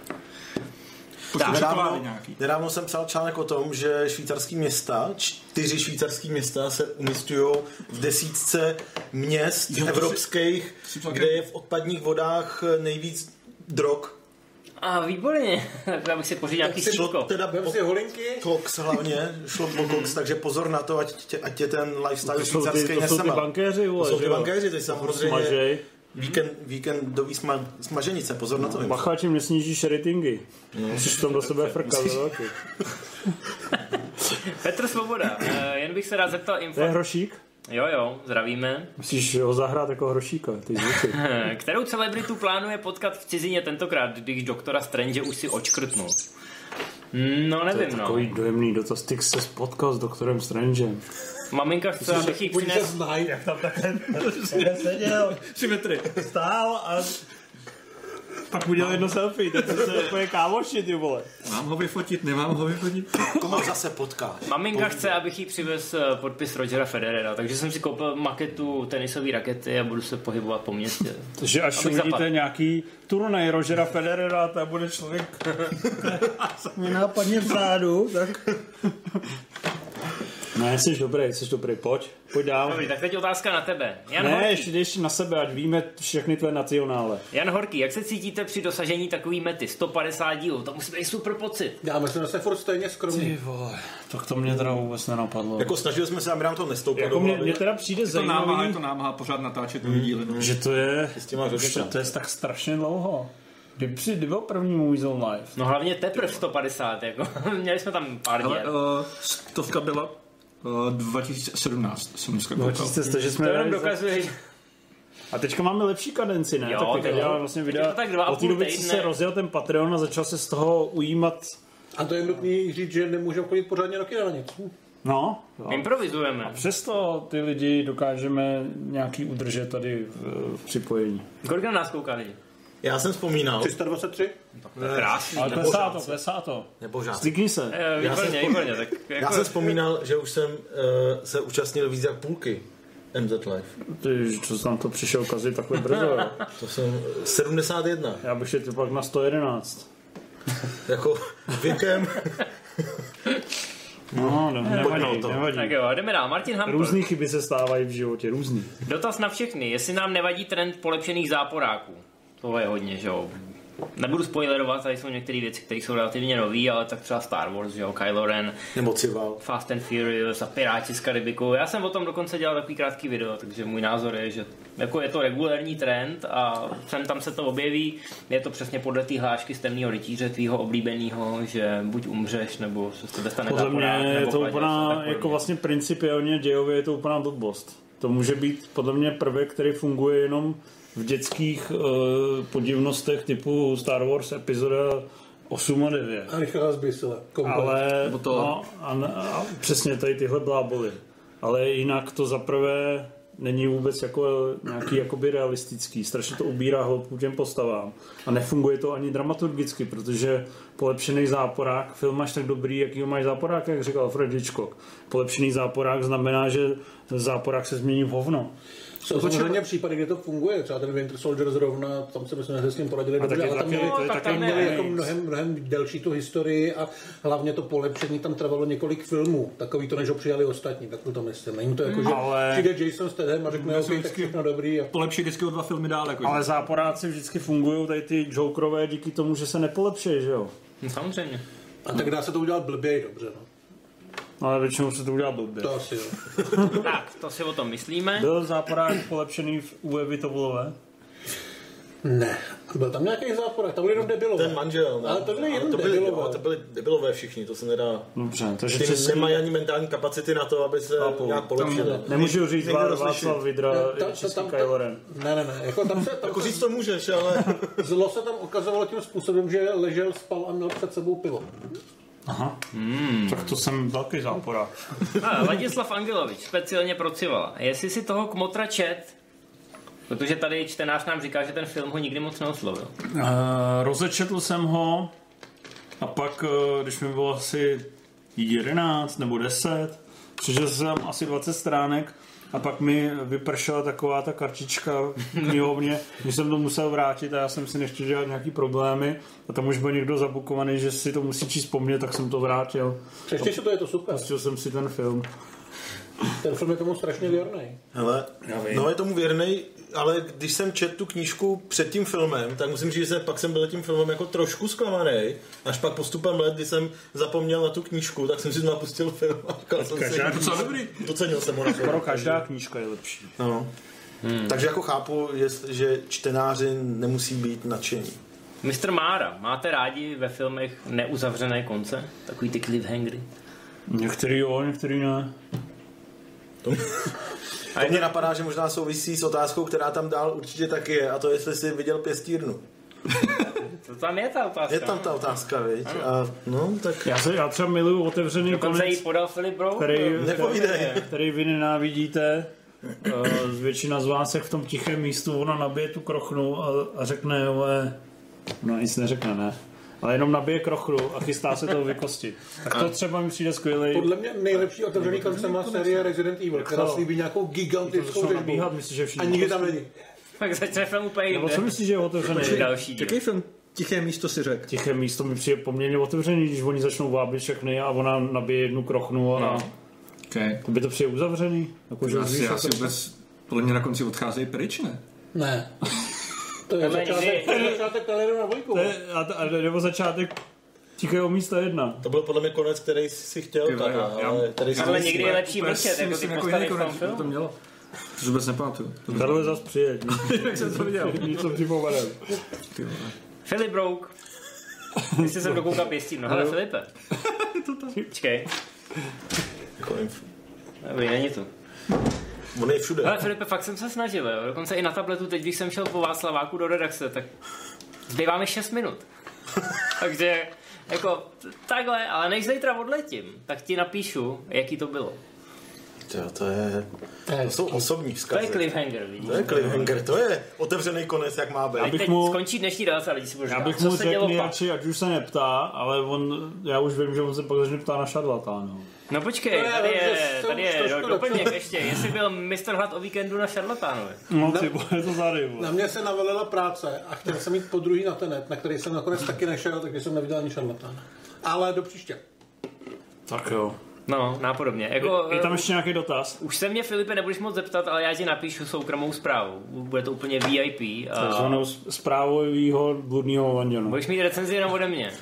Nedávno, nedávno jsem psal článek o tom, že švýcarský města, čtyři švýcarský města se umisťují v desítce měst jo, evropských, si, kde je v odpadních vodách nejvíc drog. A výborně, já bych si pořídil nějaký sítko. Teda po koks hlavně, šlo po koks, takže pozor na to, ať tě, ať tě ten lifestyle švýcarský nesema. To jsou ty bankéři, vole, to jsou ty bankéři, to je samozřejmě víkend, víkendový sma, smaženice, pozor na to. Bacha, čím nesnížíš ratingy. Musíš tam do sebe frkat. Petr Svoboda, jen bych se rád zeptal info. To je Hrošík? Jo, jo, zdravíme. Musíš ho zahrát jako Hrošíka, ty zvuky. Kterou celebritu plánuje potkat v cizině tentokrát, když doktora Strange už si očkrtnul? No nevím, to je no. takový dojemný dotaz. Ty se spotkal s doktorem Strangem. Maminka chce, abych jí přines... znají. Jak tam takhle seděl, tři metry, stál a pak udělal jedno selfie, tak to se úplně kámoši, ty vole. Mám ho vyfotit, nemám ho vyfotit. Koho zase potká? Maminka chce, abych jí přivez podpis Rogera Federera, takže jsem si koupil maketu tenisové rakety a budu se pohybovat po městě. Takže až uvidíte zapad. Nějaký turnaj Rogera Federera, to bude člověk mě nápadně vzadu, tak... Ne, jsi dobrý, jsi dobrý, pojď, pojď dál. Dobrý, tak teď otázka na tebe. Jan ne, Horký. ještě jdeš na sebe, ať víme všechny tvé nacionále. Jan Horký, jak se cítíte při dosažení takový mety? sto padesát dílů, to musí být super pocit. Já myslím, že se furt stejně skromný. Ty vole, tak to mě teda vůbec nenapadlo. Jako snažili jsme se, aby nám to nestoupilo jako do mě, hlavy. mě teda přijde je to zajímavý. Námaha, je to námaha pořád natáčet mm. díly. No. Že to je, už to je tak strašně dlouho. Kdy, při, kdy byl první Movies on Live? No hlavně teprve sto padesát, jako. Měli jsme tam pár děl. Ale uh, stovka byla uh, dva tisíce sedmnáct, jsem dneska koukal. dva tisíce sedmnáct, že jsme to jenom dokazuje, že... A teďka máme lepší kadenci, ne? Jo, tak teďka dělá vlastně videa. tak dva a od té půl doby, co se rozjel ten Patreon a začal se z toho ujímat. A to je nutný říct, že nemůžeme chodit pořádně do kina na nic. No. Jo. Improvizujeme. A přesto ty lidi dokážeme nějaký udržet tady v, v připojení. Kolik na nás kouká lidi? Já jsem vzpomínal. tři sta dvacet tři? Krásný. Ale klesá to, klesá to. Nebožáci. se. E, výborně, výborně. Tak jako... Já jsem vzpomínal, že už jsem uh, se účastnil víc jak půlky M Z Live. Ty, co tam to přišel kazit takhle brzo, jo? To jsem sedmdesát jedna. Já bych šel pak na sto jedenáct. Jako věkem. No, no nevadí, nevadí. Tak jo, jdeme dál. Martin Hampl. Různý chyby se stávají v životě, různý. Dotaz na všechny. Jestli nám nevadí trend polepšených záporáků. To je hodně, že jo. Nebudu spoilerovat, tady jsou některé věci, které jsou relativně nový, ale tak třeba Star Wars, že jo, Kylo Ren, nebo Cival, Fast and Furious a Piráti z Karibiku. Já jsem o tom dokonce dělal takový krátký video, takže můj názor je, že jako je to regulární trend a sem tam se to objeví. Je to přesně podle té hlášky z Temného rytíře, tvýho oblíbeného, že buď umřeš, nebo se z tebe stane podle záporák, mě je to kladě, úplná, jako vlastně principiálně dějově je to úplná blbost. To může být podle mě prvek, který funguje jenom v dětských uh, podivnostech typu Star Wars epizoda osm a devět. A Richard Zbysile. Ale to... no, a, a přesně tady tyhle bláboli. Ale jinak to zaprvé není vůbec jako nějaký jakoby realistický. Strašně to ubírá hloubku těm postavám. A nefunguje to ani dramaturgicky, protože polepšený záporák, film máš tak dobrý, jaký ho máš záporák, jak říkal Alfred Hitchcock. Polepšený záporák znamená, že záporák se změní v hovno. Jsou samozřejmě případy, kde to funguje, třeba ten Winter Soldier zrovna, tam se myslím, že s tím poradili dobře, ale tam měli, no, tam měli jako mnohem, mnohem delší tu historii a hlavně to polepšení tam trvalo několik filmů, takový to, než ho přijali ostatní, tak to myslím. Není to jako, že ale... přijde Jason Statham a řekne, ok, tak všechno dobrý. A... Polepší vždycky o dva filmy dál. Jako ale záporáci vždycky fungují, tady ty Jokerové díky tomu, že se nepolepší, že jo? No, samozřejmě. A tak dá se to udělat blběji dobře, no. Ale většinou se to udělá blbě. To asi jo. Tak, to si o tom myslíme. Byl záporák polepšený v U Evy Tobolové? Ne. Byl tam nějaký záporák, tam byly jenom debilové. Ten manžel, ne? Ale to byly jenom to byly, debilové. jo, to byly debilové všichni, to se nedá. Dobře, takže ty přesně... nemají ani mentální kapacity na to, aby se Chápu. nějak polepšili. Nemůžu říct Václav Vidra, český Kylo Ren. Ne, ne, ne. Jako, tam se, tam jako se, říct to můžeš, ale... Zlo se tam ukazovalo tím způsobem, že ležel, spal a měl před sebou pivo. Aha, hmm. Tak to jsem velký záporák. A, Ladislav Angelovič, speciálně pro Civala. Jestli si toho kmotra čet, protože tady čtenář nám říká, že ten film ho nikdy moc neoslovil. Uh, rozečetl jsem ho a pak, uh, když mi bylo asi jedenáct nebo deset, přišel jsem asi dvacet stránek a pak mi vypršela taková ta kartička v knihovně, když jsem to musel vrátit a já jsem si nechtěl dělat nějaký problémy a tam už byl někdo zabukovaný, že si to musí číst po mně, tak jsem to vrátil. Přečteš si to, je to super. Pustil jsem si ten film. Ten film je tomu strašně věrný. Hele, no je tomu věrnej, ale když jsem četl tu knížku před tím filmem, tak musím říct, že jsem, pak jsem byl tím filmem jako trošku zklamaný, až pak postupem let, kdy jsem zapomněl na tu knížku, tak jsem si napustil film a říkal jsem si, docela dobrý. Docenil jsem ho na Skoro každá knížka je lepší. No. Hmm. Takže jako chápu, že čtenáři nemusí být nadšení. mister Mára, máte rádi ve filmech neuzavřené konce? Takový ty cliffhangery? Některý jo, některý ne. To mě, to mě napadá, že možná souvisí s otázkou, která tam dál určitě taky je, a to jestli jsi viděl Pěstírnu. To tam je ta otázka. Je tam ta otázka, viď? A, no, tak... Já, se, já třeba miluju otevřený Dokonce konec, jí podal Filip Brouk, který, Nepovídej. který vy nenávidíte. Uh, většina z vás, jak v tom tichém místu, ona nabije tu krochnu a, a řekne, jo, no nic neřekne, ne? Ale jenom nabije krochnu a chystá se toho vykostit. Tak to třeba mi přijde skvělej. Podle mě nejlepší otevřený konce má série Resident Evil, která slíbí nějakou gigantickou řežbu. A nikdy tam není. Tak začne film úplně jinde. Nebo co myslíš, že je otevřený? Další. Jaký film? Tiché místo si řek. Tiché místo mi přijde poměrně otevřený, když oni začnou vábit všechny a ona nabije jednu krochnu a no. Okay. By to přijde uzavřený? Jako, že asi, asi vůbec, podle mě na konci odcházejí pryč, ne? Ne. To je začátek, to je začátek Talerova na dvojku. A, a, nebo začátek Tichého místa jedna. To byl podle mě konec, který si chtěl. Ty, tak, já, ale, tady ale někdy je lepší mlčet, jako ty postavy v tom filmu. To mělo. To vůbec nepamatuju. Karle zas přijeď. Jak jsem to viděl? Nic jsem ti povedal. Filip Brouk. Ty jsi sem dokoukat pěstím. No hele, Filipe. Počkej. Dobrý, není to. On je všude. Ale Filipe, fakt jsem se snažil, jo. Dokonce i na tabletu, teď když jsem šel po Václaváku do redakce, tak zbývá mi šest minut. Takže, jako, takhle, ale než zítra odletím, tak ti napíšu, jaký to bylo. Jo, to je... To jsou osobní vzkazy. To je cliffhanger, vidíš. To je cliffhanger, to je otevřený konec, jak má být. A teď mu, skončí dnešní relace, lidi si budou já bych mu řekl nejradši, ať už se neptá, ale on, já už vím, že on se pak začne ptát na šarlatána. No počkej, tady je, tady je do, doplněk ještě, jestli byl mister Hlad o víkendu na šarlatánovi. No ty je to tady. Na mě se navalila práce a chtěl jsem jít po druhý na tenet, na který jsem nakonec taky nešel, takže jsem neviděl ani šarlatána. Ale do příště. Tak jo. No, nápodobně. Jako, je, je tam ještě nějaký dotaz? Už se mě, Filipe, nebudeš moc zeptat, ale já ti napíšu soukromou zprávu. Bude to úplně V I P. A... Takzvanou zprávovýho bludného Vanděna. Budeš mít recenzi jenom ode mě.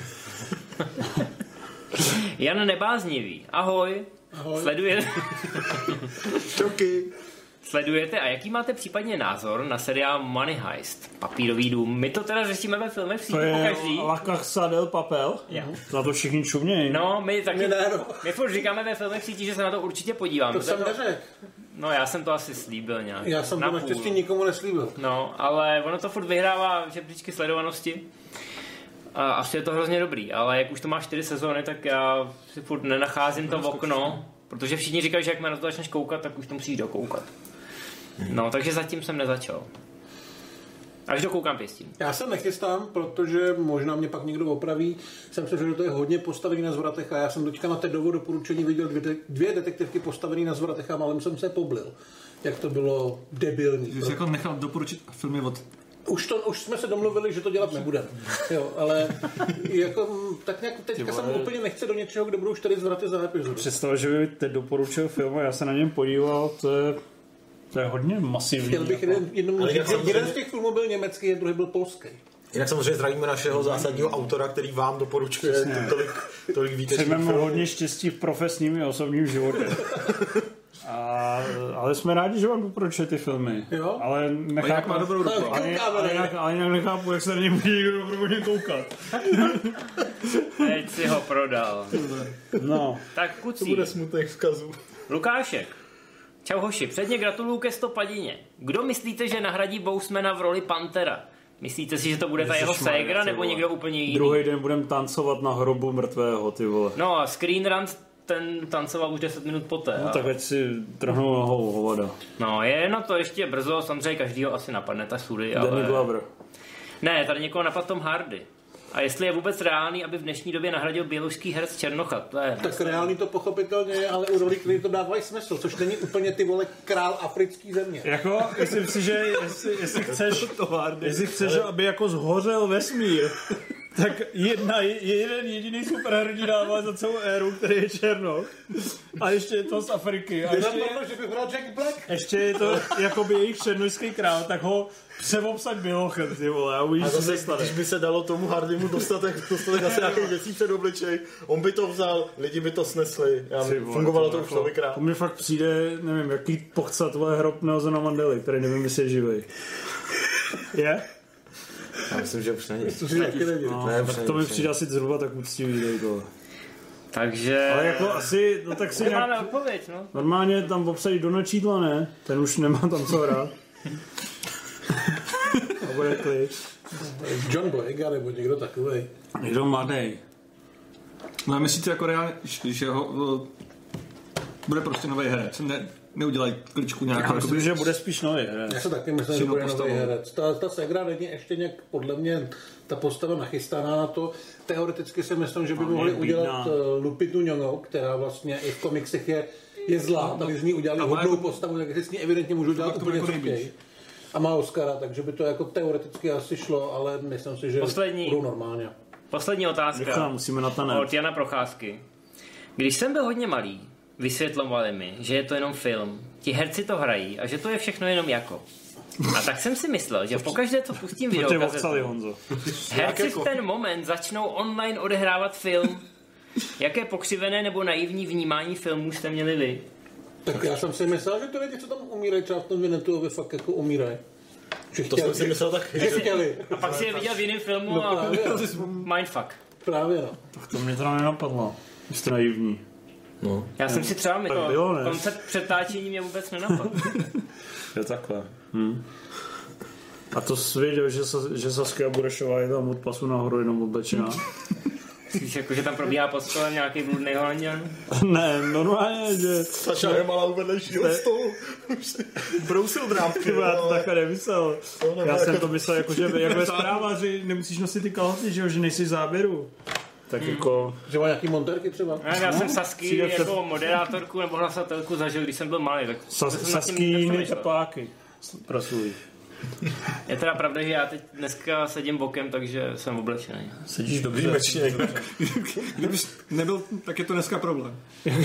Jan Nebáznivý. Ahoj. Ahoj. Sledujete... Čoky. Sledujete a jaký máte případně názor na seriál Money Heist? Papírový dům. My to teda řešíme ve filmech v síti pokaždý. La Casa del Papel? Já. Na to všichni čumějí. No, my taky... My, ne, no. my furt říkáme ve filmech v síti, že se na to určitě podíváme. To jsem to... neřekl. No, já jsem to asi slíbil nějak. Já jsem na to naštěstí nikomu neslíbil. No, ale ono to furt vyhrává žebříčky sledovanosti. A asi je to hrozně dobrý, ale jak už to má čtyři sezóny, tak já si furt nenacházím to v okno, protože všichni říkají, že jak na to začneš koukat, tak už to musíš dokoukat. No, takže zatím jsem nezačal. Až dokoukám pěstím. Já se nechystám, protože možná mě pak někdo opraví. Jsem se, že to je hodně postavený na zvratech a já jsem teďka na Tedovo doporučení viděl dvě, dvě detektivky postavený na zvratech a malem jsem se poblil. Jak to bylo debilní. Ty jsi jako nechal doporučit filmy od... Už, to, už jsme se domluvili, že to dělat nebudeme. Jo, ale jako, tak nějak teďka jsem úplně nechce do něčeho, kde budou čtyři zvraty za epizodu. Představ, že by teď doporučil film a já se na něm podíval, to je, to je hodně masivní. Chtěl bych jeden, jednom, jeden, jeden z těch filmů byl německý a druhý byl polský. Jinak samozřejmě zdravíme našeho zásadního autora, který vám doporučuje tolik, tolik výtečných filmů. Přejeme hodně štěstí v profesním i osobním životě. A, ale jsme rádi, že vám doporučuje ty filmy. Jo? Ale nechápu, má dobrou ruku. ale, ale, ale, jinak, ale jinak nechápu, jak se na něj může někdo dobrovolně koukat. Teď si ho prodal. No. Tak kucí. To bude smutek vzkazů. Lukášek. Čau hoši, předně gratuluju ke stopadině. Kdo myslíte, že nahradí Bousmana v roli Pantera? Myslíte si, že to bude ta jeho ségra, nebo někdo úplně jiný? Druhý den budeme tancovat na hrobu mrtvého, ty vole. No a Screen Run ten tancoval už deset minut poté. No a... tak ať si trhnou nohou hovada. No je na to ještě brzo, samozřejmě každýho asi napadne ta sudy, ale... Danny Glover. Ne, tady někoho napadl Tom Hardy. A jestli je vůbec reálný, aby v dnešní době nahradil běložský herec Černocha, to je... Tak reálný to pochopitelně je, ale u roli, který to dávají smysl, což není úplně ty vole král africký země. Jako, myslím si, že jestli, jestli chceš, jestli chceš, aby jako zhořel vesmír, tak jedna, jeden jediný superhrdina má za celou éru, který je Černoch. A ještě je to z Afriky. A ještě, Nenapadlo, že by hrál Jack Black. ještě je to jakoby jejich černošský král, tak ho převopsat bělochem, ty vole. A uvidíš, A co se zase, stane. když by se dalo tomu Hardymu dostatek, dostatek asi nějakých věcí před obličej, on by to vzal, lidi by to snesli. Já, Ty vole, fungovalo to jako- už tolikrát. To mi fakt přijde, nevím, jaký pochcat vole hrob Nelsona Mandely, který nevím, jestli je živej. Je? Já myslím, že už není. To si taky nedělá. No, Ne, tak už to mi není. přijde asi zhruba tak úctivý, dej to. Takže... Ale jako asi, no tak si Nemáme nějak, odpověď, no. normálně tam obsadí Dona Cheadla, ne? Ten už nemá tam co hrát. a bude klid. John Boyega nebo někdo takovej. Někdo mladej. No a myslíte jako reálně, že ho bude prostě nový herec? Ne, neudělají kličku nějakou. Já myslím, že bude spíš nový herec. Já se taky myslím, že bude nový herec. Ta, ta Segra není ještě nějak podle mě ta postava nachystaná na to. Teoreticky si myslím, že by mohli udělat Lupitu Nyong'o, která vlastně i v komiksech je, je zlá. Tady z ní udělali hodnou postavu, takže s ní evidentně můžou dělat úplně co chtějí. A má Oscara, takže by to jako teoreticky asi šlo, ale myslím si, že Poslední. budou normálně. Poslední otázka. Děkám, musíme na to od Jana Procházky. Když jsem byl hodně malý, vysvětlovali mi, že je to jenom film, ti herci to hrají a že to je všechno jenom jako. A tak jsem si myslel, že pokaždé, co pustím videokazetu, herci v ten moment začnou online odehrávat film. Jaké pokřivené nebo naivní vnímání filmů jste měli vy? Tak já jsem si myslel, že to lidi, co tam umírají, třeba v tom Vinetu, fakt jako umírají. Že to jsem si myslel tak, že chtěli. A pak si je viděl v jiném filmu no, a mindfuck. Právě no. Tak to mě teda nenapadlo. Jste naivní. No. Já jsem si třeba myslel, koncept přetáčení mě vůbec nenapadl. Je takhle. Hm. A to jsi věděl, že, že Saskia Burešová je tam od pasu nahoru jenom oblečená? Myslíš, jako, že tam probíhá pod stolem nějaký bludný holanděn? Ne, normálně, že... Saša je malá u vedlejšího stolu. Brousil drápky. Já to takhle nemyslel. Já jsem to myslel, jako, že jako je zpráva, že nemusíš nosit ty kalhoty, že, že nejsi v záběru. Tak hmm. jako... Že má nějaký monterky třeba? Ne, já no, jsem Sasky jako před... moderátorku nebo hlasatelku zažil, když jsem byl malý. Tak Sas, Sasky tepláky prosují. Je teda pravda, že já teď dneska sedím bokem, takže jsem oblečený. Sedíš dobře. Kdybys nebyl, tak je to dneska problém.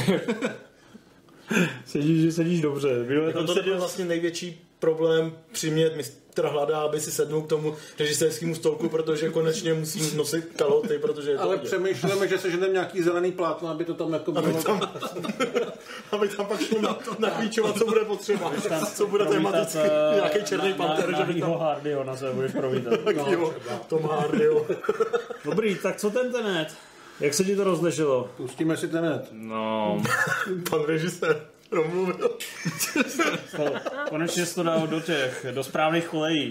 sedíš, že sedíš dobře. Jako to byl vlastně největší problém přimět mistra Hlada, aby si sednul k tomu režisérskému stolku, protože konečně musí nosit kalhoty, protože je to ale vidět. Přemýšlíme, že se ženeme nějaký zelený plátno, aby to tam jako bylo... Aby tam, aby tam pak šlo na, naklíčovat, co bude potřeba. Co bude tematicky. Nějaký černý panter. Na Hýho Hardyho na sebe budeš provítat. No, Tom Hardyho. Dobrý, tak co ten Tenet? Jak se ti to rozleželo? Pustíme si Tenet. No... Pan režisér promluvil. Konečně jsi to dal do těch, do správných kolejí.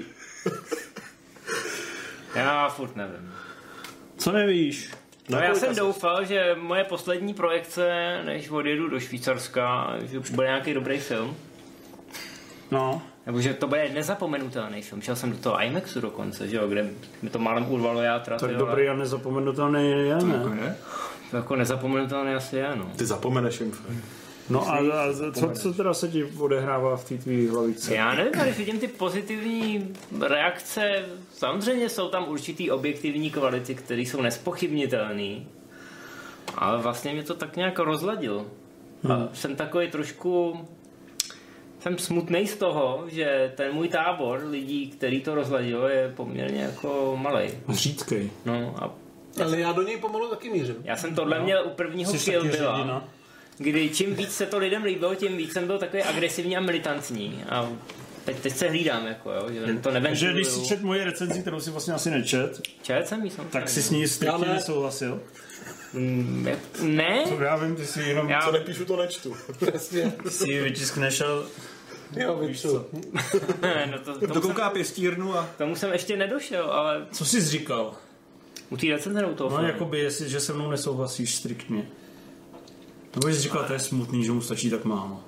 Já furt nevím. Co nevíš? No já jsem doufal, že moje poslední projekce, než odjedu do Švýcarska, že už bude nějaký dobrý film. No. Nebo že to bude nezapomenutelný film. Šel jsem do toho IMAXu dokonce, že jo, kde mi to málem urvalo játra. Tak dobrý a nezapomenutelný je, ne? To jako nezapomenutelný asi je, no. Ty zapomeneš jim. No a, a co, co teda se ti odehrává v té tvý hlavice? Já nevím, když vidím ty pozitivní reakce, samozřejmě jsou tam určitý objektivní kvality, které jsou nespochybnitelné, ale vlastně mě to tak nějak rozladil. Hmm. A jsem takový trošku... Jsem smutnej z toho, že ten můj tábor lidí, který to rozladilo, je poměrně jako malej. Řídkej. No a ale já do něj pomalu taky mířím. Já jsem tohle no. měl u prvního Kill Billa, kdy čím víc se to lidem líbilo, tím víc jsem byl takový agresivní a militantní. A teď, teď se hlídám, jako, jo, že to neventiluju. Takže když jsi čet moje recenzi, kterou si vlastně asi nečet, čet jsem jí, tak jsi s ní striktně nesouhlasil? Mm, ne. Co já vím, ty si jenom... Já... Co nepíšu, to nečtu. Přesně. Si ji vytiskneš a... Jo, vypsu. no to, Dokouká pěstírnu a... Tomu jsem ještě nedošel, ale... Co jsi říkal? U té recenze nebo toho? No, jakoby, jestli, že se mnou nesouhlasíš striktně. Nebo jsi říkal, to je smutný, že mu stačí tak málo.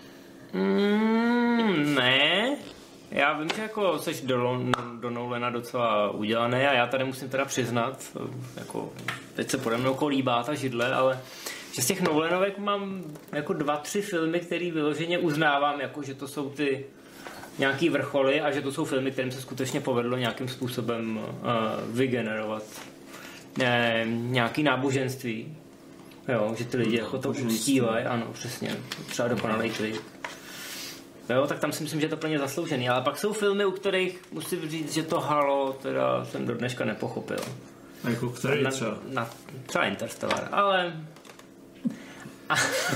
Mm, ne. Já vím, že jako jsi do, do Nolana docela udělaný a já tady musím teda přiznat, jako, teď se pode mnou kolíbá ta židle, ale že z těch Nolanovek mám jako dva, tři filmy, který vyloženě uznávám, jako, že to jsou ty nějaký vrcholy a že to jsou filmy, kterým se skutečně povedlo nějakým způsobem uh, vygenerovat ne, nějaký náboženství. Jo, že ty lidi jako to uctívají, ano, přesně, třeba Dokonalej klid. Jo, tak tam si myslím, že je to plně zasloužený, ale pak jsou filmy, u kterých musím říct, že to halo teda jsem do dneška nepochopil. A jako který na, třeba? Na, třeba Interstellar, ale... A,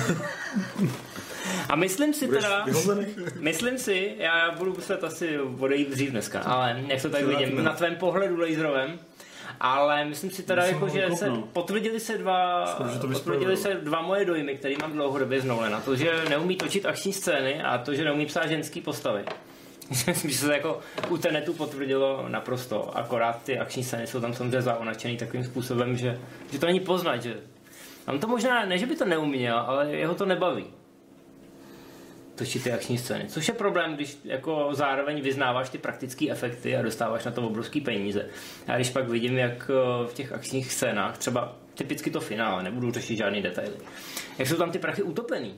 a myslím si teda, myslím si, já budu muset asi odejít dřív dneska, ale jak to tak vidím, na tvém pohledu laserovém, ale myslím si teda, jako, že se potvrdili se dva, potvrdili se dva moje dojmy, které mám dlouhodobě z Nolana. To, že neumí točit akční scény a to, že neumí psát ženský postavy. Myslím, že se to jako u Tenetu potvrdilo naprosto, akorát ty akční scény jsou tam samozřejmě zaonačený takovým způsobem, že, že to není poznat, že tam to možná, ne, že by to neuměl, ale jeho to nebaví. Točit ty akční scény, což je problém, když jako zároveň vyznáváš ty praktické efekty a dostáváš na to obrovský peníze. A když pak vidím, jak v těch akčních scénách, třeba typicky to finále, nebudu řešit žádný detaily, jak jsou tam ty prachy utopený.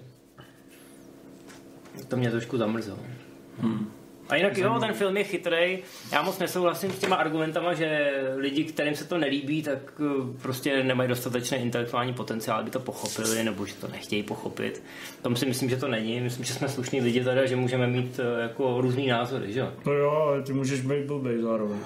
To mě trošku zamrzelo. Hmm. A jinak jo, ten film je chytrej. Já moc nesouhlasím s těma argumentama, že lidi, kterým se to nelíbí, tak prostě nemají dostatečný intelektuální potenciál, aby to pochopili, nebo že to nechtějí pochopit. Tom si myslím, že to není. Myslím, že jsme slušní lidi teda, že můžeme mít jako různý názory, že jo? To jo, ale ty můžeš být blbej zároveň.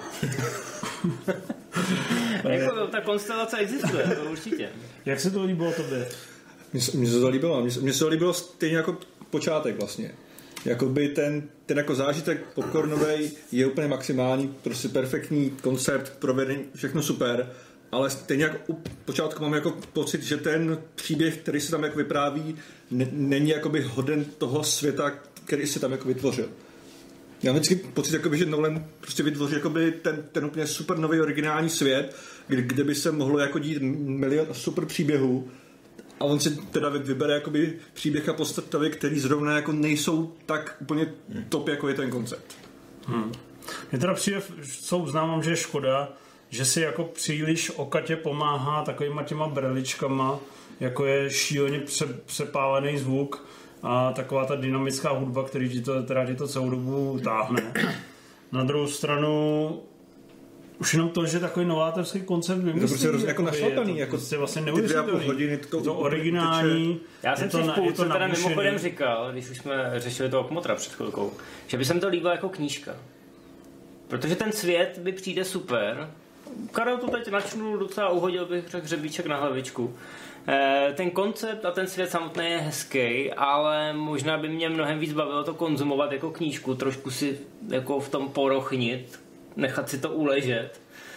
Jako ta konstelace existuje, to určitě. Jak se to líbilo tobě? Mně se to líbilo. Mně se to líbilo stejně jako počátek vlastně. Jakoby ten, ten jako zážitek popcornovej je úplně maximální, prostě perfektní koncept, provedení, všechno super, ale stejně jako u počátku mám jako pocit, že ten příběh, který se tam jako vypráví, ne, není jakoby hoden toho světa, který se tam jako vytvořil. Já mám vždycky pocit, jakoby, že Nolan prostě vytvoří jakoby ten, ten úplně super nový originální svět, kde, kde by se mohlo jako dít milion super příběhů, a on si teda vybere jakoby příběh a postavy, který zrovna jako nejsou tak úplně top, jako je ten koncept. Hmm. Mě teda přijde, co uznávám, že je škoda, že si jako příliš okatě pomáhá takovýma těma breličkama, jako je šíleně pře, přepálený zvuk a taková ta dynamická hudba, který ti to, teda ti to celou dobu táhne. Na druhou stranu už jenom to, že takový novátorský koncept vymyslí. To prostě hrozně jako našlapaný. Jako prostě vlastně neuvěřitelný. To, to originální. Já jsem si v půlce teda mimochodem říkal, když už jsme řešili toho Kmotra před chvilkou, že by se mi to líbilo jako knížka. Protože ten svět by přijde super. Karel to teď načnul docela, uhodil bych řekl hřebíček na hlavičku. Ten koncept a ten svět samotný je hezký, ale možná by mě mnohem víc bavilo to konzumovat jako knížku, trošku si jako v tom porochnit, nechat si to uležet.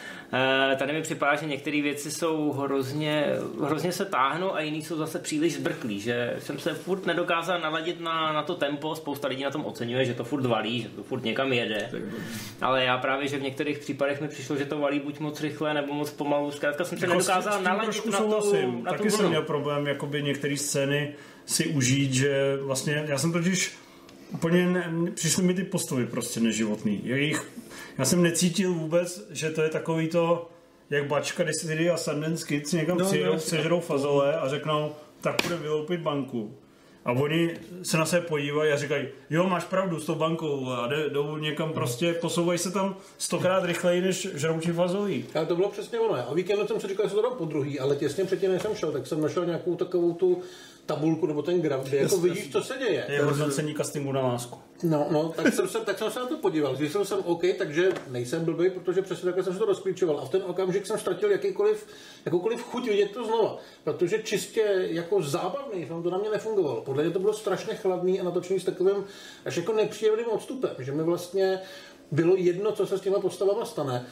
E, tady mi připadá, že některé věci jsou hrozně, hrozně se táhnou a jiný jsou zase příliš zbrklí, že jsem se furt nedokázal naladit na, na to tempo, spousta lidí na tom oceňuje, že to furt valí, že to furt někam jede, ale já právě, že v některých případech mi přišlo, že to valí buď moc rychle nebo moc pomalu, zkrátka jsem se nedokázal naladit na tu, na tu Taky jsem měl problém jakoby některé scény si užít, že vlastně, já jsem totiž úplně ne, přišly mi ty postavy prostě neživotný. Jejich, já jsem necítil vůbec, že to je takový to, jak Bačka, Desidy a Sundance Kids někam no, přijedou, no, sežerou fazole a řeknou, tak půjde vyloupit banku. A oni se na sebe podívají a říkají, jo, máš pravdu s tou bankou a jdou někam prostě, posouvají se tam stokrát rychleji než žroučí fazolí. Ale to bylo přesně ono. A víkendem jsem si říkal, že se to dám po druhý, ale těsně předtím, než jsem šel, tak jsem našel nějakou takovou tu tabulku nebo ten graf, kde jako vidíš, co se děje. Je hodnocení castingu na lásku. No, no, tak jsem se, tak jsem se na to podíval. Zjistil jsem OK, takže nejsem blbý, protože přesně takhle jsem se to rozklíčoval. A v ten okamžik jsem ztratil jakýkoliv, jakoukoliv chuť vidět to znova. Protože čistě jako zábavný film to na mě nefungovalo. Podle mě to bylo strašně chladný a natočený s takovým až jako nepříjemným odstupem, že mi vlastně bylo jedno, co se s těma postavama stane.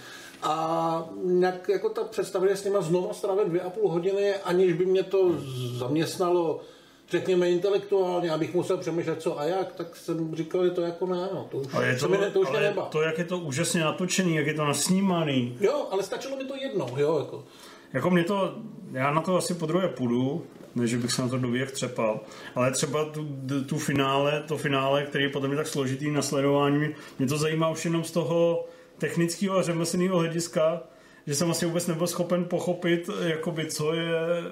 A nějak jako ta představa, že s nima znova strávit dvě a půl hodiny, aniž by mě to zaměstnalo, řekněme, intelektuálně, abych musel přemýšlet co a jak, tak jsem říkal, že to jako ne, no, to už, je to, mi ne, to už ale neba. To, jak je to úžasně natočený, jak je to nasnímaný. Jo, ale stačilo mi to jednou, jo, jako. Jako mě to, já na to asi po druhé půjdu, než bych se na to dověk třepal, ale třeba tu, tu finále, to finále, který je potom je tak složitý na sledování, mě to zajímá už jenom z toho technického a řemeslného hlediska, že jsem vlastně vůbec nebyl schopen pochopit, jakoby, co je,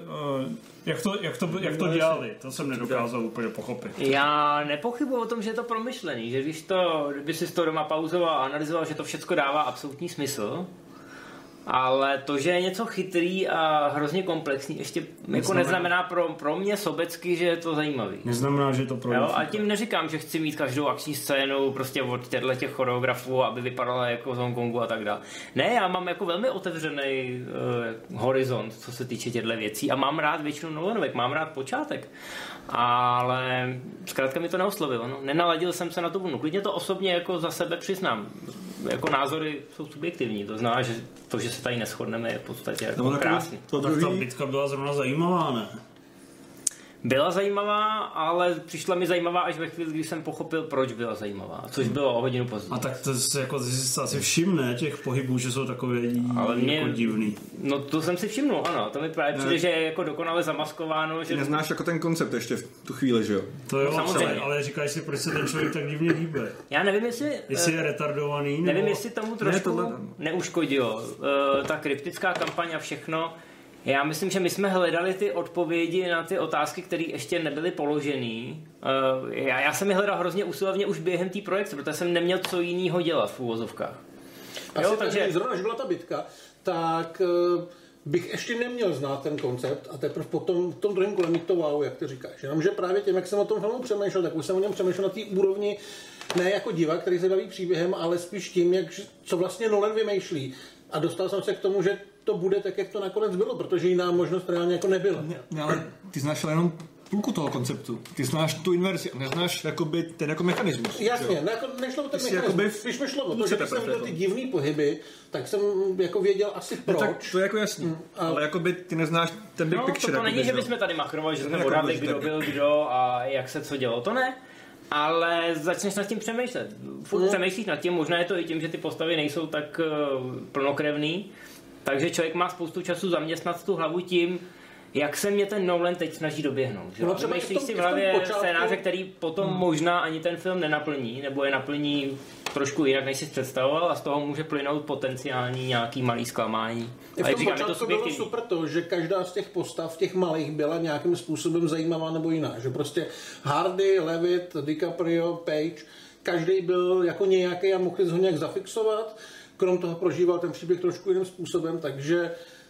jak to, jak to, jak to dělali. To jsem nedokázal úplně pochopit. Já nepochybuji o tom, že je to promyšlený, že když to, kdyby si to doma pauzoval a analyzoval, že to všechno dává absolutní smysl, ale to, že je něco chytrý a hrozně komplexní, ještě neznamená, jako neznamená pro, pro mě sobecky, že je to zajímavý. Neznamená, že je to pro mě. A tím neříkám, že chci mít každou akční scénu prostě od těchto těch choreografů, aby vypadala jako z Hongkongu a tak dále. Ne, já mám jako velmi otevřený uh, horizont, co se týče těchto věcí a mám rád většinu Nolanovek, mám rád počátek. Ale zkrátka mi to neoslovilo. No. Nenaladil jsem se na tu vlnu. Klidně to osobně jako za sebe přiznám. Jako názory jsou subjektivní. To znamená, že to, že se tady neshodneme, je v podstatě jako no, krásný. To, tak ta bitka byla zrovna zajímavá, ne? byla zajímavá, ale přišla mi zajímavá až ve chvíli, kdy jsem pochopil, proč byla zajímavá, což bylo o hodinu později. A tak to se jako asi všimne těch pohybů, že jsou takové ale mě, jako divný. No to jsem si všimnul, ano, to mi právě přijde, že je jako dokonale zamaskováno. Že... Neznáš jako ten koncept ještě v tu chvíli, že jo? To jo, samozřejmě. Ale říkáš si, proč se ten člověk tak divně hýbe. Já nevím, jestli... Jestli je retardovaný, nevím, nebo... jestli tomu trošku ne, neuškodilo. Uh, ta kryptická kampaň a všechno. Já myslím, že my jsme hledali ty odpovědi na ty otázky, které ještě nebyly položený. Uh, já, já jsem je hledal hrozně usilovně už během té projekce, protože jsem neměl co jiného dělat v úvozovkách. Asi jo, takže... zrovna, že byla ta bitka, tak uh, bych ještě neměl znát ten koncept a teprve potom v tom druhém kole mít to wow, jak ty říkáš. Jenomže právě tím, jak jsem o tom filmu přemýšlel, tak už jsem o něm přemýšlel na té úrovni ne jako divák, který se baví příběhem, ale spíš tím, jak, co vlastně Nolan vymýšlí. A dostal jsem se k tomu, že to bude tak, jak to nakonec bylo, protože jiná možnost reálně jako nebyla. Ne, ale ty znáš jenom půlku toho konceptu. Ty znáš tu inverzi, neznáš jakoby ten jako mechanismus. Jasně, ne, jako nešlo o ten mechanismus, spíš mi šlo o to, že když jsem viděl ty divný pohyby, tak jsem jako věděl asi proč. No, tak to je jako jasný, mm, ale, ale jakoby ty neznáš ten big no, picture. No to, to není, jakoby, že bychom tady machrovali, že jsme odhadli, kdo byl kdo a jak se co dělo, to ne. Ale začneš nad tím přemýšlet. Furt mm. přemýšlíš nad tím, možná je to i tím, že ty postavy nejsou tak uh, plnokrevný, takže člověk má spoustu času zaměstnat tu hlavu tím, jak se mě ten Nolan teď snaží doběhnout. Že? No, myslíš si v hlavě počátku... scénáře, který potom hmm. možná ani ten film nenaplní, nebo je naplní trošku jinak, než si představoval, a z toho může plynout potenciální nějaký malý zklamání. V tom říkám, počátku to bylo super to, že každá z těch postav, těch malých, byla nějakým způsobem zajímavá nebo jiná. Že prostě Hardy, Levitt, DiCaprio, Page, každý byl jako nějaký a mohli ho nějak zafixovat. Krom toho prožíval ten příběh trošku jiným způsobem, takže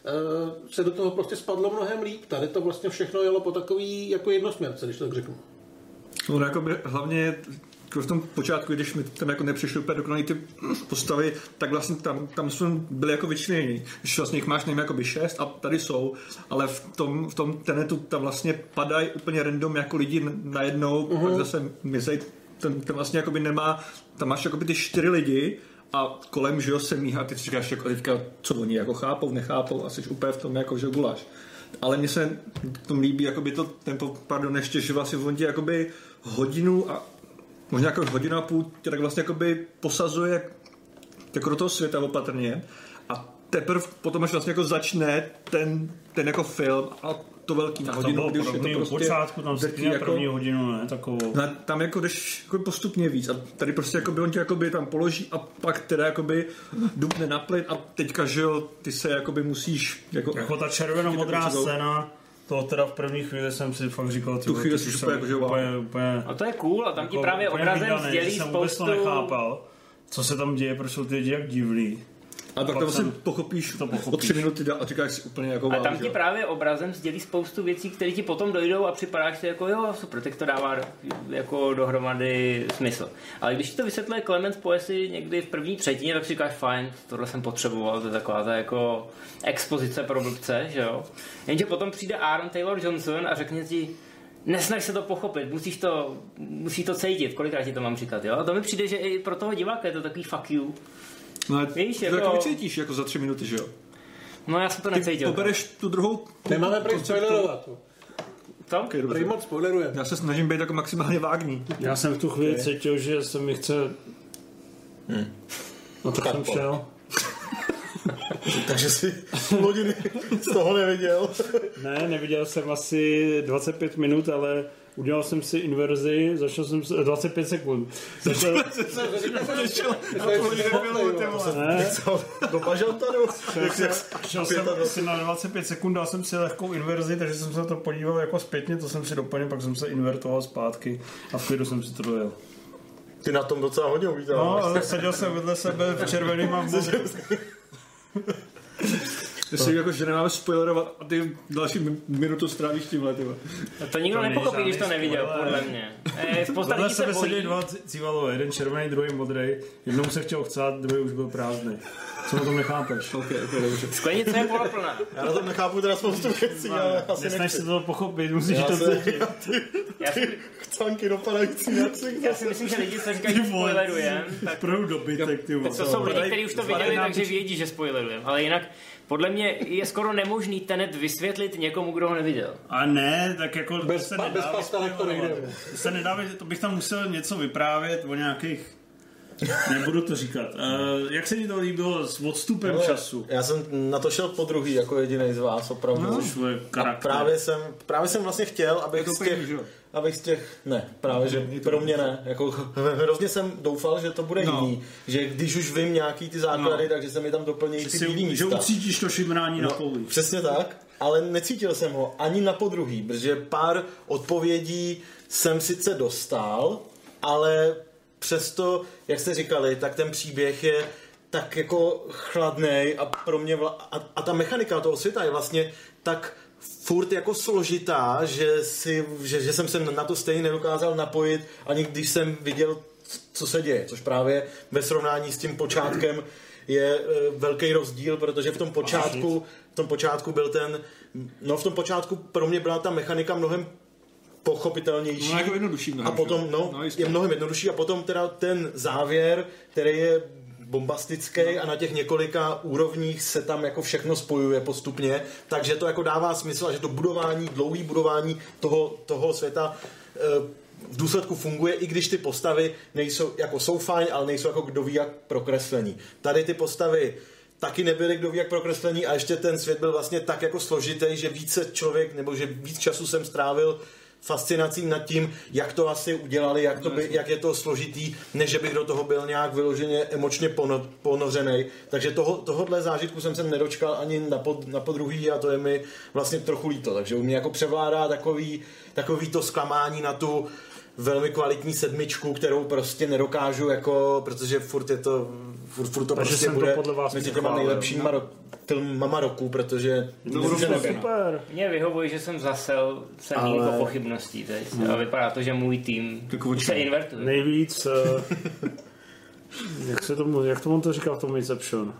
uh, se do toho prostě spadlo mnohem líp. Tady to vlastně všechno jelo po takový jako jednosměrce, když to tak řeknu. No, jako by, hlavně v tom počátku, když mi tam jako nepřišly úplně dokonalý ty postavy, tak vlastně tam, tam jsme byli jako vyčlenění. Když vlastně jich máš nevím, jakoby šest a tady jsou, ale v tom, v tom tenetu tam vlastně padají úplně random jako lidi najednou, uh-huh. pak zase mizej, ten, ten vlastně jakoby nemá, tam máš jakoby ty čtyři lidi a kolem, že jo, se míhá, ty si říkáš, jako teďka, co oni jako chápou, nechápou a jsi úplně v tom jako, že guláš. Ale mně se tom líbí jakoby to tempo, pardon, ještě, že vlastně on ti jakoby hodinu a možná jako hodinu a půl tě tak vlastně jakoby posazuje jako do toho světa opatrně a teprve potom až vlastně jako začne ten, ten jako film a to velký na hodinu, když je to prostě... počátku, tam se jako, první hodinu, ne, takovou... Na, tam jako jdeš jako postupně víc a tady prostě jakoby on tě jakoby tam položí a pak teda jakoby dupne na plyn a teďka, že jo, ty se jakoby musíš... Jako, jako ta červeno-modrá scéna, to teda v první chvíli jsem si fakt říkal... Tu chvíli si úplně jako, že úplně, úplně, a to je cool a tam ti jako, právě obrazem sdělí spoustu... jsem vůbec to nechápal, co se tam děje, proč jsou ty lidi jak divný. A pak tam si pochopíš to o tři minuty a říkáš si úplně jako a tam ti právě obrazem sdělí spoustu věcí, které ti potom dojdou a připadáš si jako jo, super, tak to dává jako dohromady smysl. Ale když ti to vysvětluje Clement Poesy někdy v první třetině, tak si říkáš fajn, tohle jsem potřeboval, to je taková ta jako expozice pro blbce, že jo. Jenže potom přijde Aaron Taylor Johnson a řekne ti, nesnaž se to pochopit, musíš to, musí to cítit, kolikrát ti to mám říkat, jo. A to mi přijde, že i pro toho diváka je to takový fuck you. No, víš, to jako... jako vycítíš jako za tři minuty, že jo? No já jsem to necítil. Ty pobereš tu druhou... Nemáme prej spoilerovat. Co? Okay, prej moc spoilerujeme. Já se snažím být jako maximálně vágní. Já jsem v tu chvíli okay. cítil, že se mi chce... Hmm. No tak jsem šel. Takže jsi půl hodiny z toho neviděl? Ne, neviděl jsem asi dvacet pět minut, ale udělal jsem si inverzi, začal jsem si dvacet pět sekund. Začal... Dopažal tady? Šel jsem si na dvacet pět sekund, dal jsem si lehkou inverzi, takže jsem se to podíval jako zpětně, to jsem si doplnil, pak jsem se invertoval zpátky a v klidu jsem si to dojel. Ty na tom docela hodně uvítal. No, ale seděl jsem vedle sebe v červeným a v modrým. Jestli jako, že nemáme spoilerovat a ty další minutu strávíš tímhle, tyhle. To nikdo to nepochopí, když to neviděl, podle mě. Vedle sebe seděli dva cívalové, jeden červený, druhý modrý. Jednou se chtěl chcát, druhý už byl prázdný. Co na tom nechápeš? Okay, okay, dobře. Sklenice je poloplná. Já na tom nechápu teda spoustu věcí, ale asi nesnaž se to pochopit, musíš já to cítit. Ty chcánky dopadající na cík. Já si myslím, že lidi, co říkají, že spoilerujem. Prvou dobytek, ty vole. To jsou lidi, kteří už to viděli, takže vědí, že spoilerujem. Ale jinak podle mě je skoro nemožný Tenet vysvětlit někomu, kdo ho neviděl. A ne, tak jako bez, se pa, bez pastanek to nejde. Se nedá, to bych tam musel něco vyprávět o nějakých. Nebudu to říkat. Uh, jak se ti to líbilo s odstupem no, času? Já jsem na to šel po druhý jako jedinej z vás, opravdu. No, a právě jsem, právě jsem vlastně chtěl, abych z těch, abych z těch, ne, právě, že pro mě ne. Jako, hrozně jsem doufal, že to bude no. jiný. Že když už vím nějaký ty základy, no. takže se mi tam doplnějí ty bílý místa. Že ucítíš to šimrání no, na poli. Přesně tak, ale necítil jsem ho ani na podruhý, protože pár odpovědí jsem sice dostal, ale přesto, jak jste říkali, tak ten příběh je tak jako chladnej a pro mě vla... a, a ta mechanika toho světa je vlastně tak furt jako složitá, že, si, že, že jsem se na to stejně nedokázal napojit, ani když jsem viděl, co se děje, což právě ve srovnání s tím počátkem je e, velký rozdíl, protože v tom počátku v tom počátku byl ten no v tom počátku pro mě byla ta mechanika mnohem pochopitelnější. No, jako jednodušší mnohem. A potom, no, no je mnohem jednodušší a potom teda ten závěr, který je bombastický no. a na těch několika úrovních se tam jako všechno spojuje postupně, takže to jako dává smysl a že to budování, dlouhý budování toho, toho světa e, v důsledku funguje, i když ty postavy nejsou, jako jsou fajn, ale nejsou jako kdo ví jak prokreslení. Tady ty postavy taky nebyly kdo ví jak prokreslení a ještě ten svět byl vlastně tak jako složitý, že více člověk, nebo že víc času jsem strávil fascinací nad tím, jak to asi udělali, jak, to by, jak je to složitý, než že bych do toho byl nějak vyloženě emočně pono, ponořenej. Takže toho, tohohle zážitku jsem se nedočkal ani na, pod, na podruhý a to je mi vlastně trochu líto. Takže u mě jako převládá takový, takový to zklamání na tu velmi kvalitní sedmičku, kterou prostě nedokážu, jako, protože furt je to furt, furt to takže prostě bude mezi těma nejlepšíma ro, filmama roku, protože no, to super. Mně vyhovuje, že jsem zasel ceník ale... pochybností teď hmm. a vypadá to, že můj tým se invertuje. Nejvíc uh, jak se tomu, jak tomu to říká v tom Inception?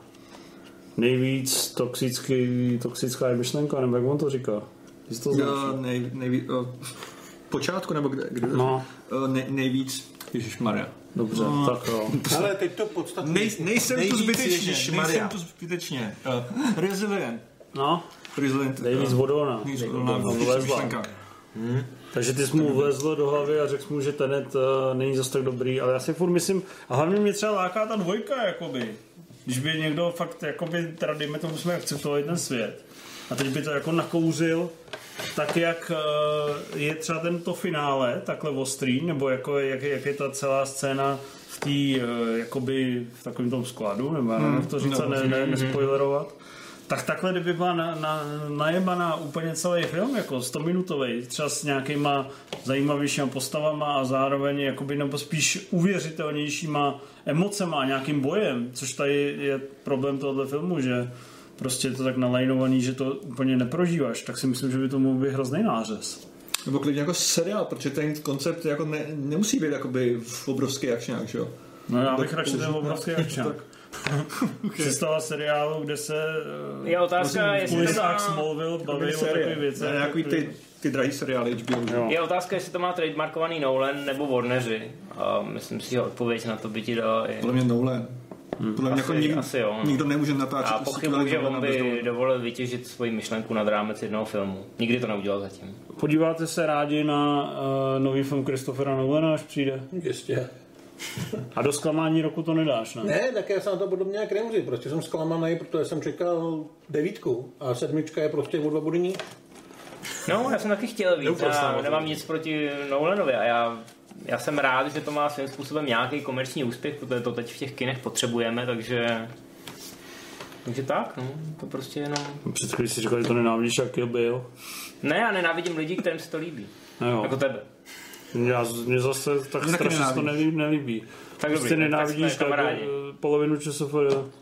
Nejvíc toxický, toxická je myšlenka, nebo jak on to říká? To jo, nej, nejvíc, uh, počátku, nebo kde? kde no. uh, ne, nejvíc, ježišmarja. Dobře, no. tak jo. Ale teď to podstatně. Nej, nejsem tu zbytečně, nejsem tu zbytečně. Uh, resilient. No. Resilient. Nejvíc uh, vodona. Nejvíc vodona. Hmm. Takže ty jsi mu vlezl do hlavy a řekl mu, že Tenet uh, není zase tak dobrý, ale já si furt myslím, a hlavně mě třeba láká ta dvojka, jakoby. Když by někdo fakt, jakoby, teda dejme tomu, jsme akceptovali ten svět. A teď by to jako nakouřil, tak jak uh, je třeba tento finále takhle ostrý, nebo jako jak, jak je ta celá scéna v té, uh, jakoby v takovém tom skladu, nebo já nevím, to říct, no, ne, ne, nespoilerovat, tak takhle kdyby byla na, na, najebaná úplně celý film, jako stominutový, třeba s nějakýma zajímavějšíma postavama a zároveň jakoby, nebo spíš uvěřitelnějšíma emocema a nějakým bojem, což tady je problém tohoto filmu, že prostě je to tak nalajnovaný, že to úplně neprožíváš, tak si myslím, že by to mohl být hrozný nářez. Nebo klidně jako seriál, protože ten koncept jako ne, nemusí být jakoby v obrovský akčňák, že jo? No já bych radši ten obrovský akčňák. Představa seriálu, kde se je otázka, jestli to má Smallville baví o takové věci. Nějaký ty, ty drahý seriály H B O. Je otázka, jestli to má trademarkovaný Nolan nebo Warneri. A myslím si, že odpověď na to by ti dala i... Podle mě Nolan. Hmm. Podle mě asi, jako nikdo, asi jo, no. nikdo nemůže natáčet. A pochybuji, že on by dovolil vytěžit svoji myšlenku nad rámec jednoho filmu. Nikdy to neudělal zatím. Podíváte se rádi na uh, nový film Christophera Nolana, až přijde? Jistě. A do zklamání roku to nedáš, ne? Ne, tak já se na to podobně jak Remzi. Prostě jsem zklamaný, protože jsem čekal devítku a sedmička je prostě o dva body níž. No, já jsem taky chtěl víc. Já nemám nic proti Nolanovi a já Já jsem rád, že to má svým způsobem nějaký komerční úspěch, protože to teď v těch kinech potřebujeme, takže... Takže tak, no, to prostě jenom... Před chvíli si říkal, že to nenávidíš, jak Kill Bill. Ne, já nenávidím lidi, kterým se to líbí. No jako tebe. Já, mě zase tak strašně to nelíbí. nelíbí. Tak prostě dobrý, nenávidíš tak, tak polovinu ČSFD.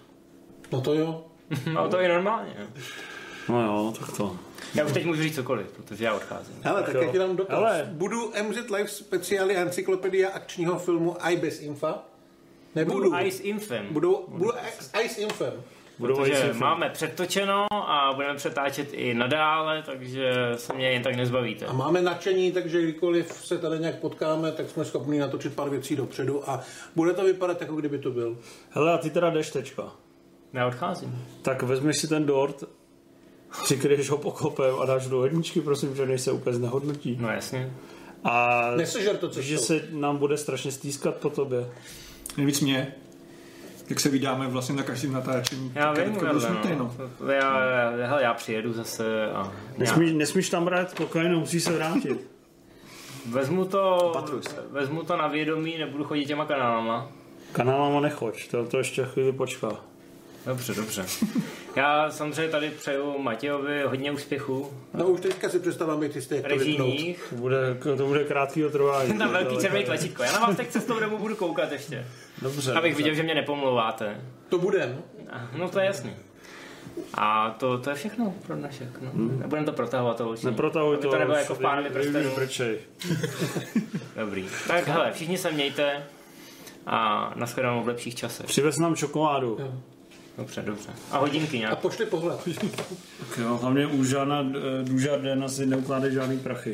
No to jo. No to je normálně. No jo, tak to... Já už teď můžu říct cokoliv, protože já odcházím. Hele, tak, tak já ti dám dotaz. Hele. Budu M Z Live speciály encyklopedia akčního filmu I bez infa? Nebudu. Budu Ice Infam. Budu, budu Ice Infam. Protože máme předtočeno a budeme přetáčet i nadále, takže se mě jen tak nezbavíte. A máme nadšení, takže kdykoliv se tady nějak potkáme, tak jsme schopni natočit pár věcí dopředu a bude to vypadat, jako kdyby to byl. Hele, a ty teda jdeš tečka. Já odcházím. Tak vezmeš si ten dort, přikryješ ho poklopem a dáš do ledničky, prosím, že než se úplně znehodnotí. No jasně. A nesežer to, co že se nám bude strašně stýskat po tobě. Nejvíc mě, jak se vydáme vlastně na každém natáčení. Já vím, no. no. já, já, já přijedu zase a... Nesmíš, nesmíš tam brát kokainu, musíš se vrátit. Vezmu to, vezmu to na vědomí, nebudu chodit těma kanálama. Kanálama nechoď, to, to ještě chvíli počká. Dobře, dobře. Já samozřejmě tady přeju Matějovi hodně úspěchů. No už teďka si představám, jak ty jste režijních. To bude, to bude krátkýho trvání. Tam velký červený tlačítko. Já na vás tak cestou domů budu koukat ještě. Dobře. Abych dobře. viděl, že mě nepomlouváte. To budem. No to je jasný. A to, to je všechno pro dnešek. No. Hmm. Nebudem to protahovat to loučení. Neprotahuj to. To nebylo jako v Pánovi prstenů. Dobrý. Tak hele, všichni se mějte a nashledanou v lepších časech. Přivez nám čokoládu. Jo. Dobře, dobře. A hodinky nějak. A pošli pohled. Tak jo, hlavně u Žána Dujardena si neukládej žádný prachy.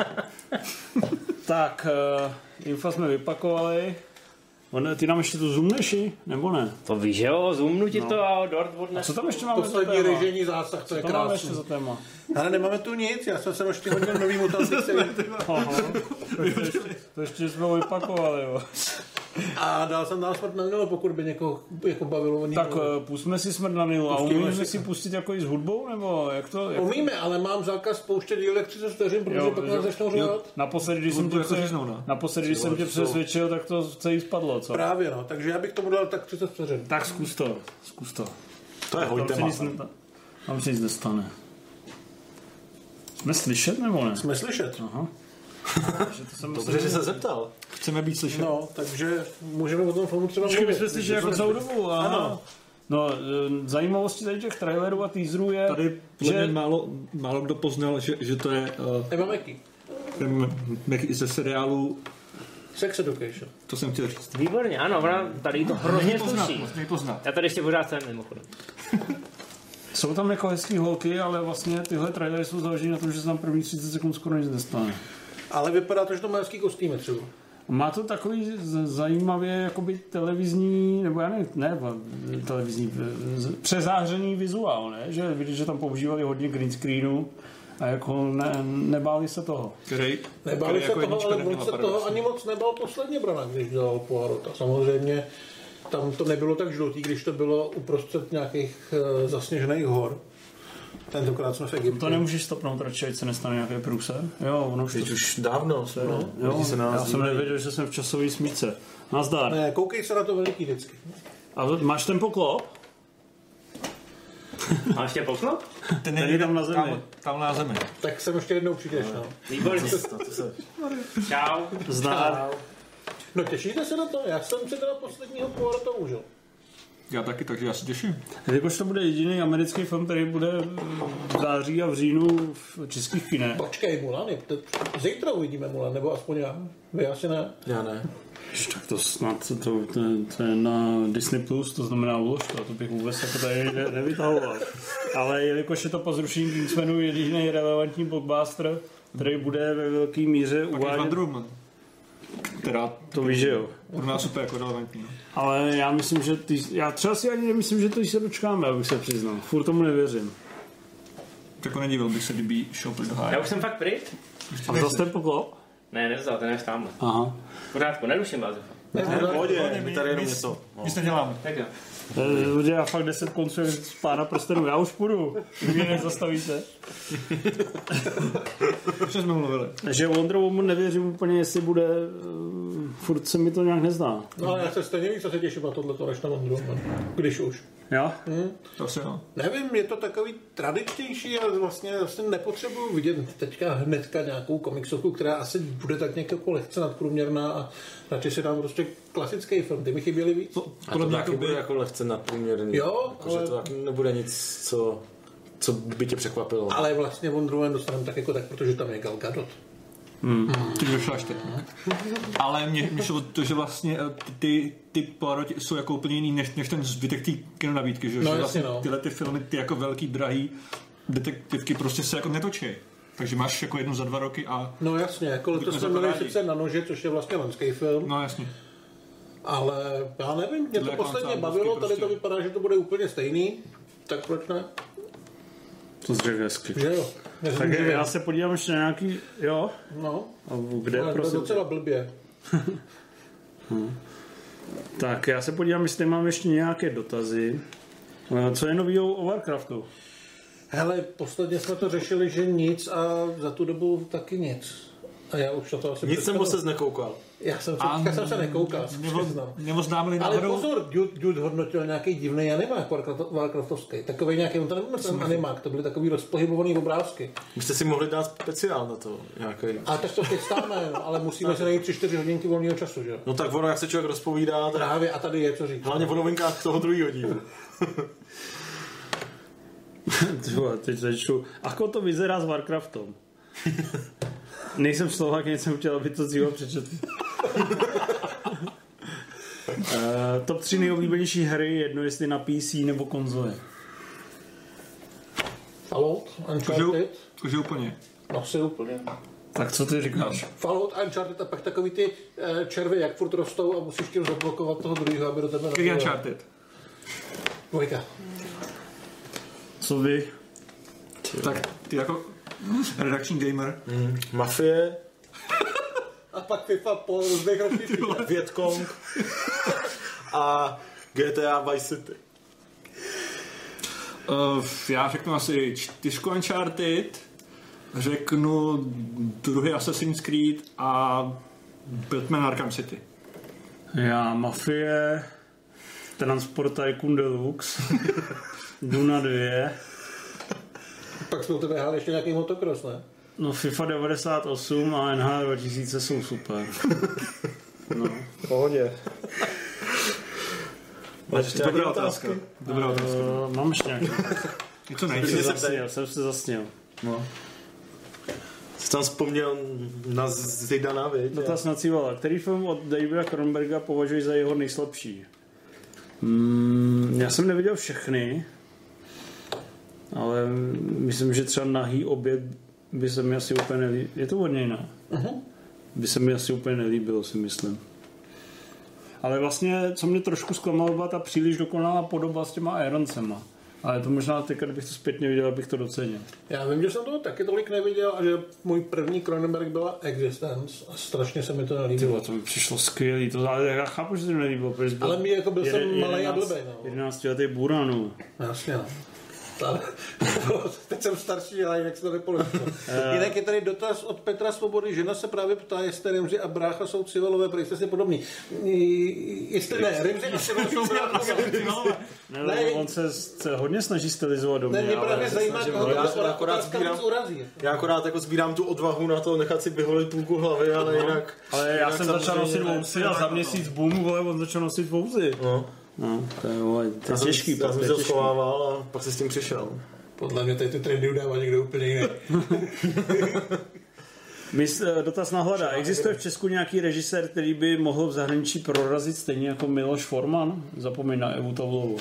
Tak, uh, info jsme vypakovali. On, ty nám ještě tu zoomneš, nebo ne? To víš, že jo, zoomnu ti no. to a dort odnesu. A co tam ještě máme poslední za téma? režijní zásah, to je co krásný. máme ještě za téma? Ale nemáme tu nic, já jsem se ještě hodil nový mutanty. to, to ještě jsme vypakovali, jo. A dal jsem dál smrt na Nilu, pokud by někoho jako bavilo. Někoho. Tak uh, pustíme si smrt na Nilu a umíme si pustit jako i s hudbou, nebo jak to? Jak umíme, ale mám zákaz pouštět dílek třicet vteřin, protože jo, pak nás začnou řovat. Naposledy, když jsem tě, pře... naposledy, když jsem tě přesvědčil, tak to celý spadlo, co? Právě no, takže já bych tomu dal tak třicet vteřin. Tak zkus to, zkus to. To je hodně téma. Tam se nic nestane. Jsme slyšet nebo ne? Jsme slyšet. Aha. Dobře, že se zeptal. Chceme být slyšet. No, takže můžeme o tom filmu třeba mluvit. Počkej, my jsme slyšeli jako celou dobu. Ano. No, zajímavosti tady těch trailerů a teaserů je, tady že málo, málo kdo poznal, že, že to je uh, Emma Mackey. Mackey ze seriálu Sex Education. To jsem chtěl říct. Výborně, ano, ona tady to hrozně sluší. Já tady ještě pořád jsem mimochodem. Jsou tam jako hezký holky, ale vlastně tyhle trailery jsou založeny na tom, že se tam první třicet sekund skoro nic nestane. Ale vypadá to, že to má hezký kostýmy třeba. Má to takový zajímavě jakoby televizní, nebo já nevím, ne, televizní, přezářený vizuál, ne? Že vidíš, že tam používali hodně green screenu a jako ne, nebáli se toho. Který? Nebáli se jako toho, ale on se toho ani moc nebál posledně Branagh, když dělal Poirota. Samozřejmě tam to nebylo tak žlutý, když to bylo uprostřed nějakých uh, zasněžených hor. Tentokrát jsme v Egyptě. To nemůžeš stopnout radši, ať se nestane nějaký průser. Jo, ono už to... už dávno. Se, no, jo, se já jsem nevěděl, že jsem v časové smíce. Nazdar. Ne, koukej se na to veliký vždycky. A máš ten poklop? Máš tě poklop? Ten je tam na zemi. Tam, tam na zemi. Tak sem ještě jednou přijdeš, no. Výborně. Čau. Zdar. No těšíte se na to? Já jsem si teda posledního Poirota užil. Já taky, takže já se těším. Jakož to bude jediný americký film, který bude v září a v říjnu v českých kinech. Počkej, Mulan, zítra uvidíme Mulan, nebo aspoň já. Vy asi ne. Já ne. Tak to snad, to, to, to je na Disney Plus, to znamená uložka, to bych vůbec jako tady ne, nevytahoval. Ale jelikož je to po zrušení Kingsmanu jediný relevantní blockbuster, který bude ve velké míře uvádět... Která to víš, že jo. Pro nás super jako relevantní. Ale já myslím, že ty, já třeba si ani nemyslím, že to se dočkáme, abych se přiznal. Furt tomu nevěřím. Tak nedivil bych se, kdyby šel pryč do háje. Já už jsem fakt pryč. A vzal ten poklop? Ne, nevzal, ten je tamhle. Aha. Pořádku, neruším vás. Ne, ne, pohodě, my tady jenom něco. Nic neděláme. Tak jo. Já fakt deset konců z Pána prstenů, já už půjdu. Vy mě nezastavíte. Co jsme mluvili? Že Wonder Woman nevěřím úplně, jestli bude, furt se mi to nějak nezdá. No ale já se stejně víc, co se těším na tohleto, než na Wonder Woman. Když už. Jo? Hmm. To si jo. Nevím, je to takový tradičnější a vlastně, vlastně nepotřebuji vidět teďka hnedka nějakou komiksovku, která asi bude tak nějakou lehce nadprůměrná a radši si dám prostě klasický film. Ty mi chyběly víc. To, a to taky bude jako lehce nadprůměrný. Jo, jako, ale... že to taky nebude nic, co, co by tě překvapilo. Ale vlastně Wonder Woman dostaneme tak jako tak, protože tam je Gal Gadot. Hmm. Ty došla až teď. Ale mě, mě šlo to, že vlastně ty, ty Poiroti jsou jako úplně jiný než, než ten zbytek té kinonabídky, že, no, že jasně, vlastně no. Tyhle ty filmy, ty jako velký, drahý detektivky prostě se jako netočí. Takže máš jako jednu za dva roky a... No jasně, jako letos jsme měli sice Na nože, což je vlastně lenský film. No jasně. Ale já nevím, mě to posledně bavilo, tady to vypadá, že to bude úplně stejný, tak proč ne? To zřejmě hezky. Že jo. Tak je, já se podívám ještě na nějaký, jo? No. A kde, no, prosím? To docela blbě. hmm. Tak já se podívám, jestli mám ještě nějaké dotazy. Co je novýho o Warcraftu? Hele, posledně jsme to řešili, že nic a za tu dobu taky nic. A já už to asi nic jsem se nekoukal. Já jsem, já jsem se nekoukal. Nevoznámili ale pozor, Dude, Dude hodnotil nějaký divný animák Warcraftovský. Takový nějaký, on to nebyl ten animák, to byly takový rozpohybovaný obrázky. Byste si mohli dát speciál na to. Nějaký. Ale tak to chystáme, no, ale musíme se najít tři čtyři hodinky volného času, že? No tak ono, jak se člověk rozpovídá. Tak... Právě, a tady je co říct. Hlavně o novinkách toho druhého dílu. Teď začnu. Ako to vyzerá s Warcraftom? Nejsem Slovák, jsem chtěl, aby to dříve přečetl. uh, top tři nejoblíbenější hry, jedno jestli na P C nebo konzole. Fallout, Uncharted. Cože úplně. No si úplně. Tak co ty říkáš? Fallout, Uncharted a pak takový ty uh, červy, jak furt rostou a musíš tím zablokovat toho druhého, aby do tebe napojil. Uncharted. Dvojka. Co vy? Tak ty jako redakční gamer. Mm. Mafie. A pak FIFA po různých rozliších. Vietcong. A G T A Vice City. Uh, já řeknu asi čtyřku Uncharted, řeknu druhý Assassin's Creed a Batman Arkham City. Já Mafie, Transport Tycoon Deluxe, Duna dva. Pak jsme u tebe hráli ještě nějaký motocross, ne? No FIFA devadesát osm a N H dva tisíce jsou super. No. V pohodě. Máš ještě dobrá otázka. Dobrá otázka. Uh, mám ještě nějaký. Něco nejde. Jsem se zasněl, jsem se zasněl. No. Jsi tam vzpomněl na Zidana, viď? Dotaz na Civala. Který film od Davida Cronenberga považuji za jeho nejslabší? Hmm, já jsem neviděl všechny, ale myslím, že třeba Nahý oběd by se mi asi úplně nelíbilo. Je to od něj, ne? Uh-huh. By se mi asi úplně nelíbilo, si myslím. Ale vlastně, co mě trošku zklamalo, byla ta příliš dokonalá podoba s těma Aeroncema. Ale to možná teď, kdybych to zpětně viděl, abych to docenil. Já vím, že jsem toho taky tolik neviděl a že můj první Cronenberg byla Existence a strašně se mi to nelíbilo. Tyba, to mi přišlo skvělý, to, ale já chápu, že to mi nelíbilo. Ale mi jako byl jede, jsem malej a blbej. No. jedenáctiletý Buranu. Jasně, no. Teď jsem starší, ale jinak se to nepoložilo. Jinak je tady dotaz od Petra Svobody. Žena se právě ptá, jestli Rimzi a brácha jsou civilové, protože jste si podobní. Jestli ne, Rimzi a Civilové jsou civilové. Ne, ne, on se, se hodně snaží stylizovat do mě. Ne, mě právě zajímá, koho to já akorát sbírám, já akorát jako sbírám tu odvahu na to nechat si vyholit půlku hlavy, ale no. jinak... Ale já jinak jsem začal nosit vousy a za měsíc boom, vole, on začal nosit vousy. No. No, to je, vole, to je těžký. Já jsem si to schovával a pak se s tím přišel. Podle mě tady ty trendy udává někdo úplně jiný. Mys, dotaz na Hlada. Existuje v Česku nějaký režisér, který by mohl v zahraničí prorazit stejně jako Miloš Forman? Zapomeň na Evu Tavlovou.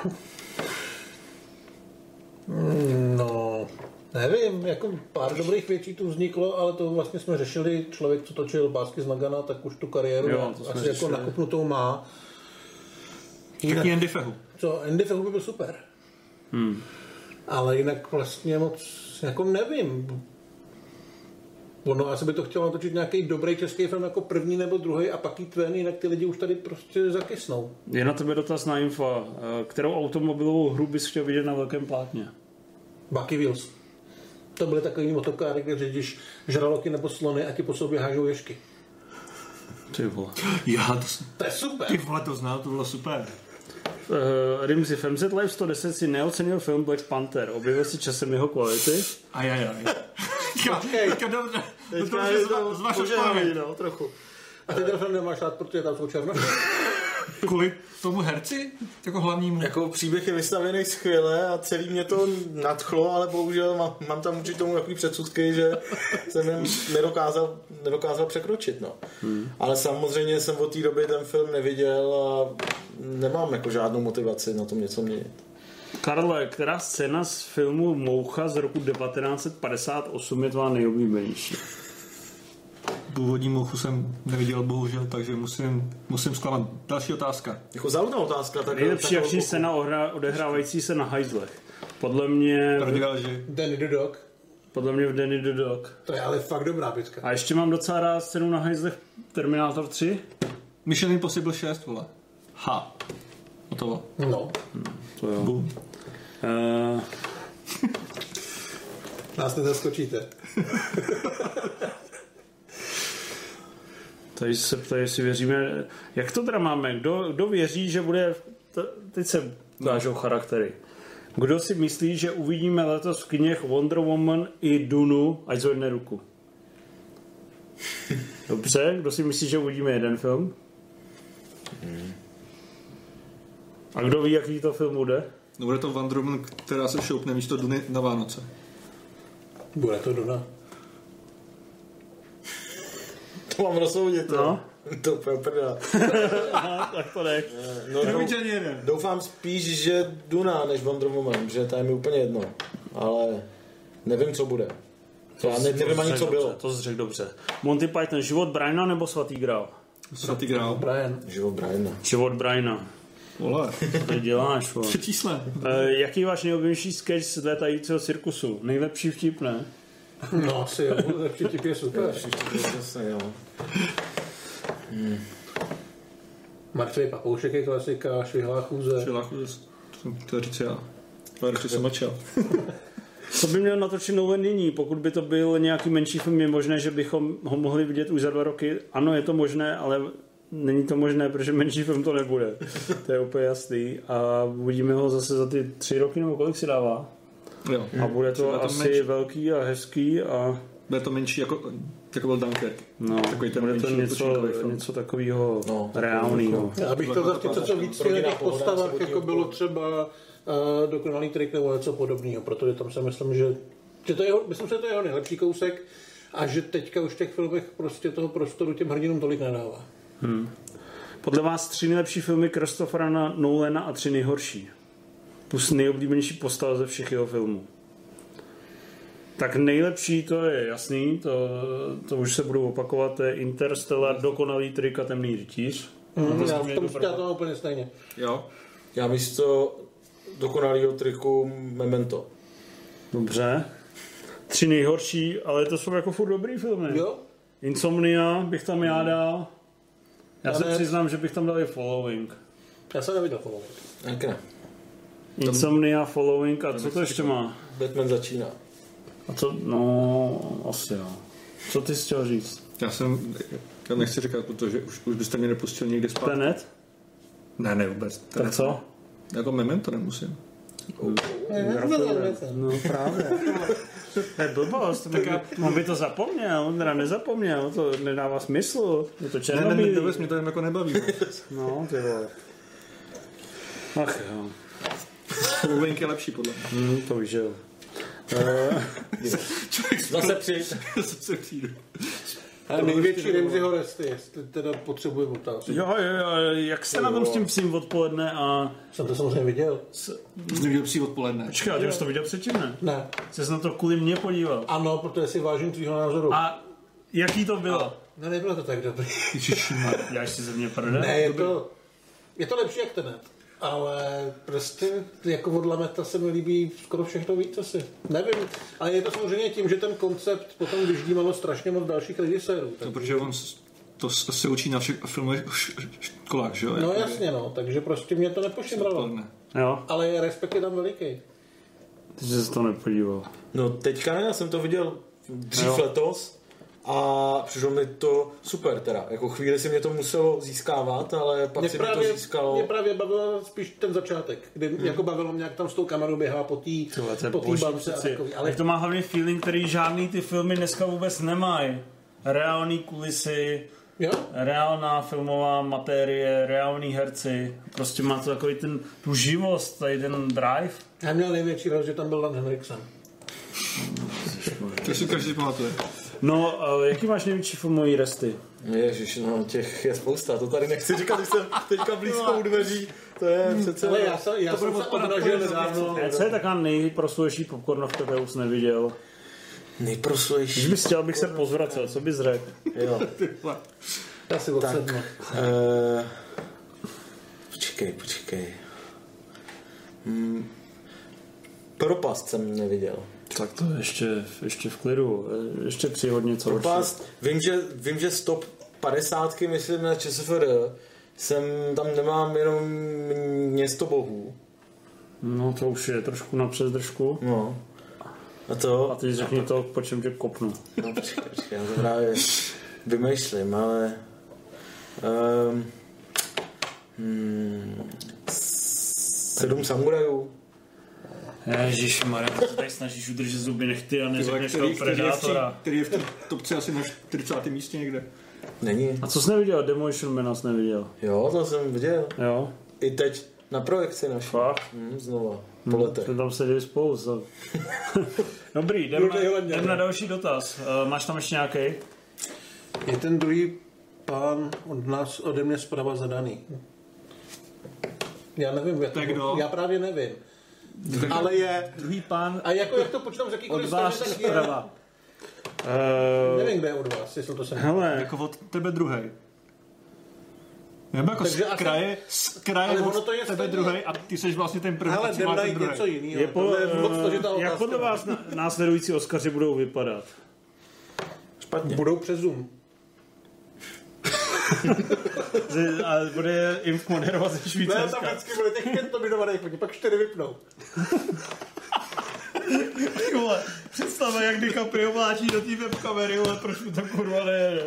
No, nevím, jako pár dobrých věcí tu vzniklo, ale to vlastně jsme řešili. Člověk, co točil Básky z Nagana, tak už tu kariéru jo, asi jako nakopnutou má. Jinak, Andy Fehu. Co, Andy Fehu by byl super. Hmm. Ale jinak vlastně moc, jako nevím. Ono asi by to chtělo natočit nějaký dobrý český film jako první nebo druhý a pak jít ven, jinak ty lidi už tady prostě zakysnou. Je na tebe dotaz na info. Kterou automobilovou hru bys chtěl vidět na velkém plátně? Bucky Wheels. To byly takový motokáry, kde řidiš žraloky nebo slony a ti po sobě hážou ježky. Ty vole. Já, to, to je super. Ty vole, to znal, to bylo super. Uh, Rimzi, v M Z Live sto deset si neocenil film Black Panther. Objevil si časem jeho kvality? Ajajaj. Počkej. Teďka dobře. Teďka je to požádaný, no, trochu. A ty ten film nemáš rád, protože tam jsou černoši? Kvůli tomu herci? Jako hlavnímu? Jako příběh je vystavený skvěle a celý mě to nadchlo, ale bohužel mám, mám tam určitě tomu takový předsudky, že jsem jen nedokázal, nedokázal překročit. No. Hmm. Ale samozřejmě jsem od té doby ten film neviděl a nemám jako žádnou motivaci na tom něco měnit. Karle, která scéna z filmu Moucha z roku devatenáct set padesát osm je tvá nejoblíbenější? původní Muchu jsem neviděl bohužel, takže musím, musím zklamat. Další otázka. Jako záludná otázka. Tak nejlepší akční scéna odehrávající se na hajzlech. Podle mě... že... Danny the Dog. Podle mě v Danny the Dog. To je ale fakt dobrá picka. A ještě mám docela rád scénu na hajzlech Terminator tři. Mission Impossible šest, vole. Ha. Hotovo. No. Hmm, to jo. Boom. Uh... Nás nezaskočíte. Tady se ptají, jestli věříme... Jak to teda máme? Kdo, kdo věří, že bude... Teď se ukážou charaktery. Kdo si myslí, že uvidíme letos v knih Wonder Woman i Dunu, ať zvedne ruku? Dobře, kdo si myslí, že uvidíme jeden film? A kdo ví, jaký to film bude? No bude to Wonder Woman, která se šoupne místo Duny na Vánoce. Bude to Duna. To mám rozsoudit, no. To úplně prdá. Tak to nech. No, doufám, doufám spíš, že Duna než Wonder Woman, že to je mi úplně jedno. Ale nevím, co bude. To já ne, nevím ani, co dobře, bylo. To jsi řekl dobře. Monty Python, život Briana nebo Svatý grál? Svatý grál. Brian. Život Briana. Život Briana. Vole. Co děláš, vole? Tři čísla. E, jaký váš nejoblíbenější sketch z létajícího cirkusu? Nejlepší vtip, ne? No asi jo, lepší vtip je super. Lepší vtip je zase, jo. Hmm. Mrtvý papoušek je klasika, švihlá chůze. Švihlá chůze, to říct já. Ale radši jsem mlčel. Co by měl natočit Nolan nyní? Pokud by to byl nějaký menší film, je možné, že bychom ho mohli vidět už za dva roky. Ano, je to možné, ale není to možné, protože menší film to nebude. To je úplně jasný. A uvidíme ho zase za ty tři roky, nebo kolik si dává. Jo. A bude to, to asi menší. Velký a hezký a... Bude to menší jako, jako byl Dunkirk. No, takový ten bude to něco, něco takového no, reálného. Já bych to za něco víc na těch postavách, jako bylo třeba uh, Dokonalý trik nebo něco podobného, protože tam si myslím, že, že to je, myslím, že to je jeho nejlepší kousek a že teďka už v těch filmech prostě toho prostoru těm hrdinům tolik nedává. Hmm. Podle vás tři nejlepší filmy Christophera Nolana a tři nejhorší. Plus nejoblíbenější postava ze všech jeho filmů. Tak nejlepší, to je jasný, to, to už se budu opakovat, to je Interstellar, Dokonalý trik a Temný rytíř. Mm, já v tom já to mám úplně stejně. Jo. Já místo Dokonalýho triku Memento. Dobře. Tři nejhorší, ale to jsou jako furt dobrý filmy. Jo. Insomnia bych tam já dal. Já, já se ne... přiznám, že bych tam dal i Following. Já jsem neviděl Following. Tak ne. Insomnia, Following a co to ještě má? Batman začíná. A to, no, asi jo. Co ty jsi chtěl říct? Já jsem, já nechci říkat, protože už, už byste mě nepustil někde spát. Tenet? Ne, ne vůbec. Tenet. Tak co? Jako Memento nemusím. Uh, ne, no právě. To je blbost, on by to zapomněl, on teda nezapomněl, to nedává smysl. Je to černobílý. Ne, ne, ne, mě to jen jako nebaví. No, ty vole. Ach jo. Following je lepší podle mě. Mm, to víš, jo. Zase přijď. Zase přijdu. Ale největší Ramseyho resty, jestli teda potřebuje otázku. Jo, jo, jo, jak jste na tom s tím psím odpoledne a... Jsem to samozřejmě viděl. Jsi viděl psí odpoledne. Počkej, a ty jsi to viděl předtím, ne? Ne. Jsi se na to kvůli mě podíval. Ano, protože si vážím tvýho názoru. A jaký to bylo? A, ne, nebylo to tak dobrý. Děláš si ze mě prdel? Ne, je to, je to lepší jak Tenet. Ale prostě jako od Lameta se mi líbí skoro všechno víc asi. Nevím, ale je to samozřejmě tím, že ten koncept potom vyždímalo strašně moc dalších režisérů. To protože on to se učí na všech filmových školách, že jo? No jasně, no, takže prostě mě to nepošimralo. Jo. Ale respekt je tam veliký. Ty jsi se to nepodíval. No teďka ne, já jsem to viděl dřív jo. letos. A přišlo mi to super teda. Jako chvíli si mě to muselo získávat, ale pak mě si právě, mi to získalo. Mě právě bavilo spíš ten začátek, kdy hmm. jako bavilo mě, jak tam s tou kamerou běhá po té po bance a takový. Ale to má hlavně feeling, který žádný ty filmy dneska vůbec nemají. Reální kulisy, jo? Reálná filmová matérie, reální herci. Prostě má to takový ten, tu živost, tady ten drive. Já měl největší roz, že tam byl Lance Henriksen. To si každý pamatuje. No, jaký máš největší filmový resty? Ježiš, no těch je spousta, to tady nechci říkat, když jsem teďka blízko u dveří, to je přece... Ale já, jsem, já to jsem se odnažil nedávno. Co je taková nejprosluější popcornovka, kterou jsi neviděl? nejproslejší... Když bys chtěl, abych se pozvracel, co bys řekl? Jo. Já si odsednu. Uh, počkej, počkej. Hmm. Propast jsem neviděl. Tak to ještě, ještě v klidu, ještě přijhod něco. Propast, vím že, vím, že stop padesátky, myslím na ČSFD, jsem tam nemám jenom Město bohů. No to už je trošku na přezdržku. No. A to? A teď řekni to, po čem tě kopnu. No počkej, počkej, já to právě vymýšlím, ale... Um, hmm, sedm samurajů. Ježišmarja, ty se tady snažíš udržet zuby nechty a neřekneš toho Predátora. Který je v té topce asi na čtyřicátém místě někde. Není. A co jsi neviděl? Demolition Man jsi neviděl? Jo, to jsem viděl. Jo. I teď na projekci naši. Fakt? Hmm, znova. Po letech. Jsme tam seděli spolu. So. Dobrý, jdem na, jdem na další dotaz. Uh, máš tam ještě nějaký? Je ten druhý pán od nás, ode mě zprava zadaný. Já nevím, jak to, já právě nevím. Tak ale je... Druhý pán... A jako jak to počítám z jakýkoliv od vás strany, tak zprava. Uh, nevím, kde je od vás, jestli to jsem... Hele. Jako od tebe druhej. Nebo jako z kraje, z kraje od to je tebe druhej a ty jsi vlastně ten první. Hele, jdem najít něco jiného. Je po, uh, jak podle vás na, následující Oscaři budou vypadat? Špatně. Budou přes Zoom. A bude jim moderovat ze Švýcarska. Ne, tam vždycky bude těch pět nominovaných, oni pak čtyři vypnou. Vole, představa, jak DiCaprio vláčí do té webkamery, ale proč mu to kurva nejede.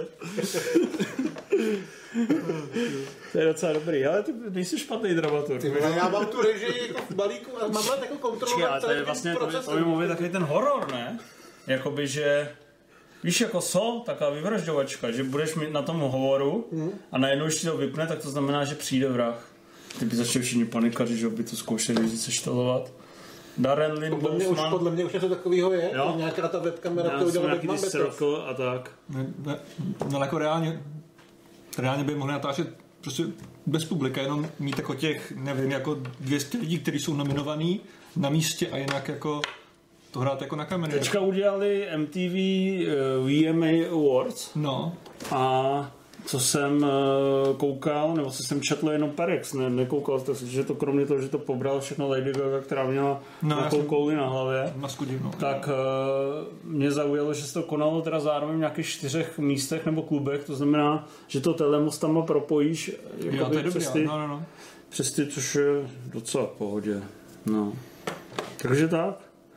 To je docela dobrý, ale ty nejsi špatný dramaturg. Já mám tu režii jako v balíku a mám let jako kontrolovat celý ten proces. To by mohl být takový ten horor, ne? Jakoby, že víš, jako so, taková vyvražďovačka, že budeš mít na tom hovoru a najednou, když ti to vypne, tak to znamená, že přijde vrah. Ty by začali všichni panikaři, že by to zkoušeli se štelovat. Darren Lynn podle mě, už, podle mě už něco takového je, jo? Nějaká ta webkamera, to udělala nějaký ty circle a tak. Ne, ne, no jako reálně, reálně by mohli natáčet prostě bez publika, jenom mít jako těch, nevím, jako dvě stě lidí, kteří jsou nominovaní na místě a jinak jako to hrát jako na kamery. Teďka udělali M T V uh, V M A Awards. No. A co jsem uh, koukal, nebo co jsem četl jenom Perex, ne, nekoukal jste si, že to kromě toho, že to pobral všechno Lady Gaga, která měla no, nějakou kouli na hlavě, na skudí, no. tak uh, mě zaujalo, že se to konalo teda zároveň v nějakých čtyřech místech nebo klubech, to znamená, že to telemostama propojíš jo, to je přes, dobrý, ty, no, no, no. přes ty, což je docela v pohodě. No. Takže tak.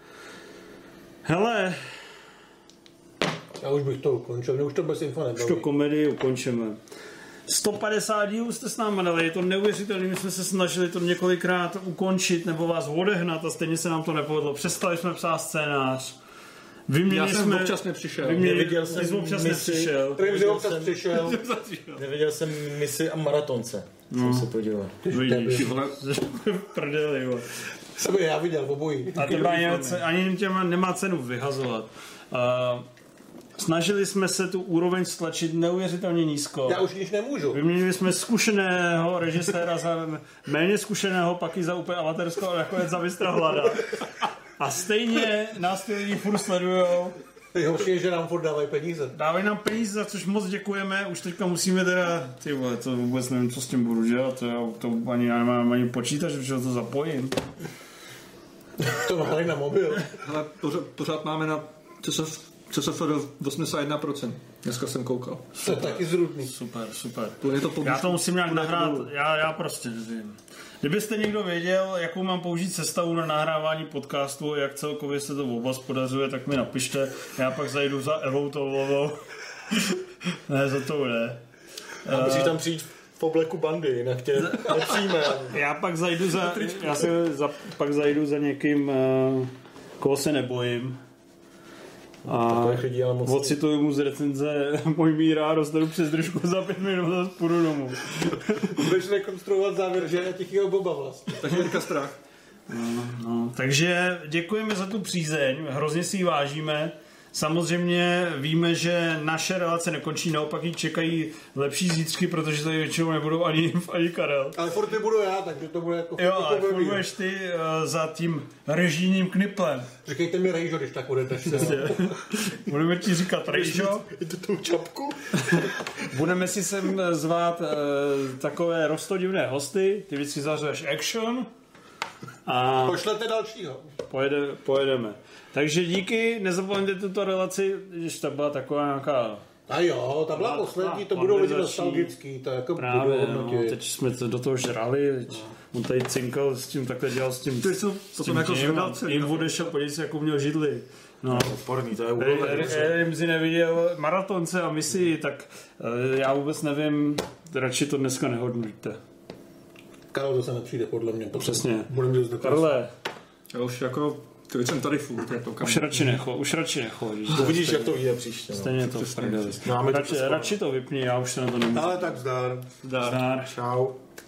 Hele, já už bych to ukončil, mě už to bez info nebaví. Už to komedii ukončíme. sto padesát dílů jste s námi dali, je to neuvěřitelné, my jsme se snažili to několikrát ukončit nebo vás odehnat a stejně se nám to nepovedlo. Přestali jsme psát scénář. Vyměnili Já jsem jsme, občas nepřišel. Vyměnili, neviděl jsem občas misi, nepřišel. Neviděl občas přišel. Neviděl jsem misi a maratonce. No. Jsem se podíval. Vidíš, prdeli, jo. Jsem já viděl obojí. A to ani těma nemá cenu vyhazovat. Uh, Snažili jsme se tu úroveň stlačit neuvěřitelně nízko. Já už nic nemůžu. Vyměnili jsme zkušeného režiséra za méně zkušeného, pak i za úplně amatérského, ale nakonec za mistra Hlada. A stejně nás ty lidi furt sledujou. Nejhorší je, že nám furt dávají peníze. Dávají nám peníze, za což moc děkujeme. Už teďka musíme teda, ty vole, to vůbec nevím, co s tím budu dělat. To, to ani, já nemám ani počítač, že to zapojím. To nahrají na mobil. Ale pořád, pořád máme na C S F do osmdesát jedna procent. Dneska jsem koukal. To je taky zrůdný. Super, super. To já to musím nějak nahrát, já, já prostě nevím. Kdybyste někdo věděl, jakou mám použít sestavu na nahrávání podcastu, jak celkově se to oblast podařuje, tak mi napište. Já pak zajdu za Evou Toulovou. Ne, za to ne. A musíš tam přijít v obleku bandy, jinak tě nepřijme. Já pak zajdu za, já se za, pak zajdu za někým, koho se nebojím. A ocituju mu z recenze Můj míra a dostanu přes držku za pět minut a půjdu domů. Budeš rekonstruovat závěr, že je tichýho Boba vlastně. Takže Jirka strach. No, no. Takže děkujeme za tu přízeň, hrozně si ji vážíme. samozřejmě víme, že naše relace nekončí, naopak ji čekají lepší zítřky, protože tady většinou nebudou ani ani Karel. Ale furt nebudu já, takže to bude jako... Jo, ale furt budeš ty uh, za tím režijním kniplem. Říkejte mi Rejžo, když tak budete. Budeme ti říkat Rejžo. Je to tou čapku? Budeme si sem zvát uh, takové rostodivné hosty, ty vždycky zařeš action. A pošlete dalšího. Pojede, pojedeme. Takže díky, nezapomeňte tuto relaci, když to byla taková nějaká... A jo, ta byla poslední, to budou lidi nostalgický, to jako právě, no, teď jsme to do toho žrali, teď on tady cinkal s tím, takhle dělal s tím, Ty jsou, s tím jako jim odešel, podívej se, jako měl židli. No, odporný, to je úroveň. Jsem si neviděl maratonce a misi, tak já vůbec nevím, radši to dneska nehodnotíte. Karel, to se nepřijde podle mě. Přesně. Budeme dělat Karle. Já už jako, ty jsem tady furt. Už radši necho, už radši necho. Uvidíš, jak to vyjde příště. No. Stejně to v prdeli. Radši, radši to vypni, já už se na to nemůžu. Ale tak zdar. Zdar. Čau.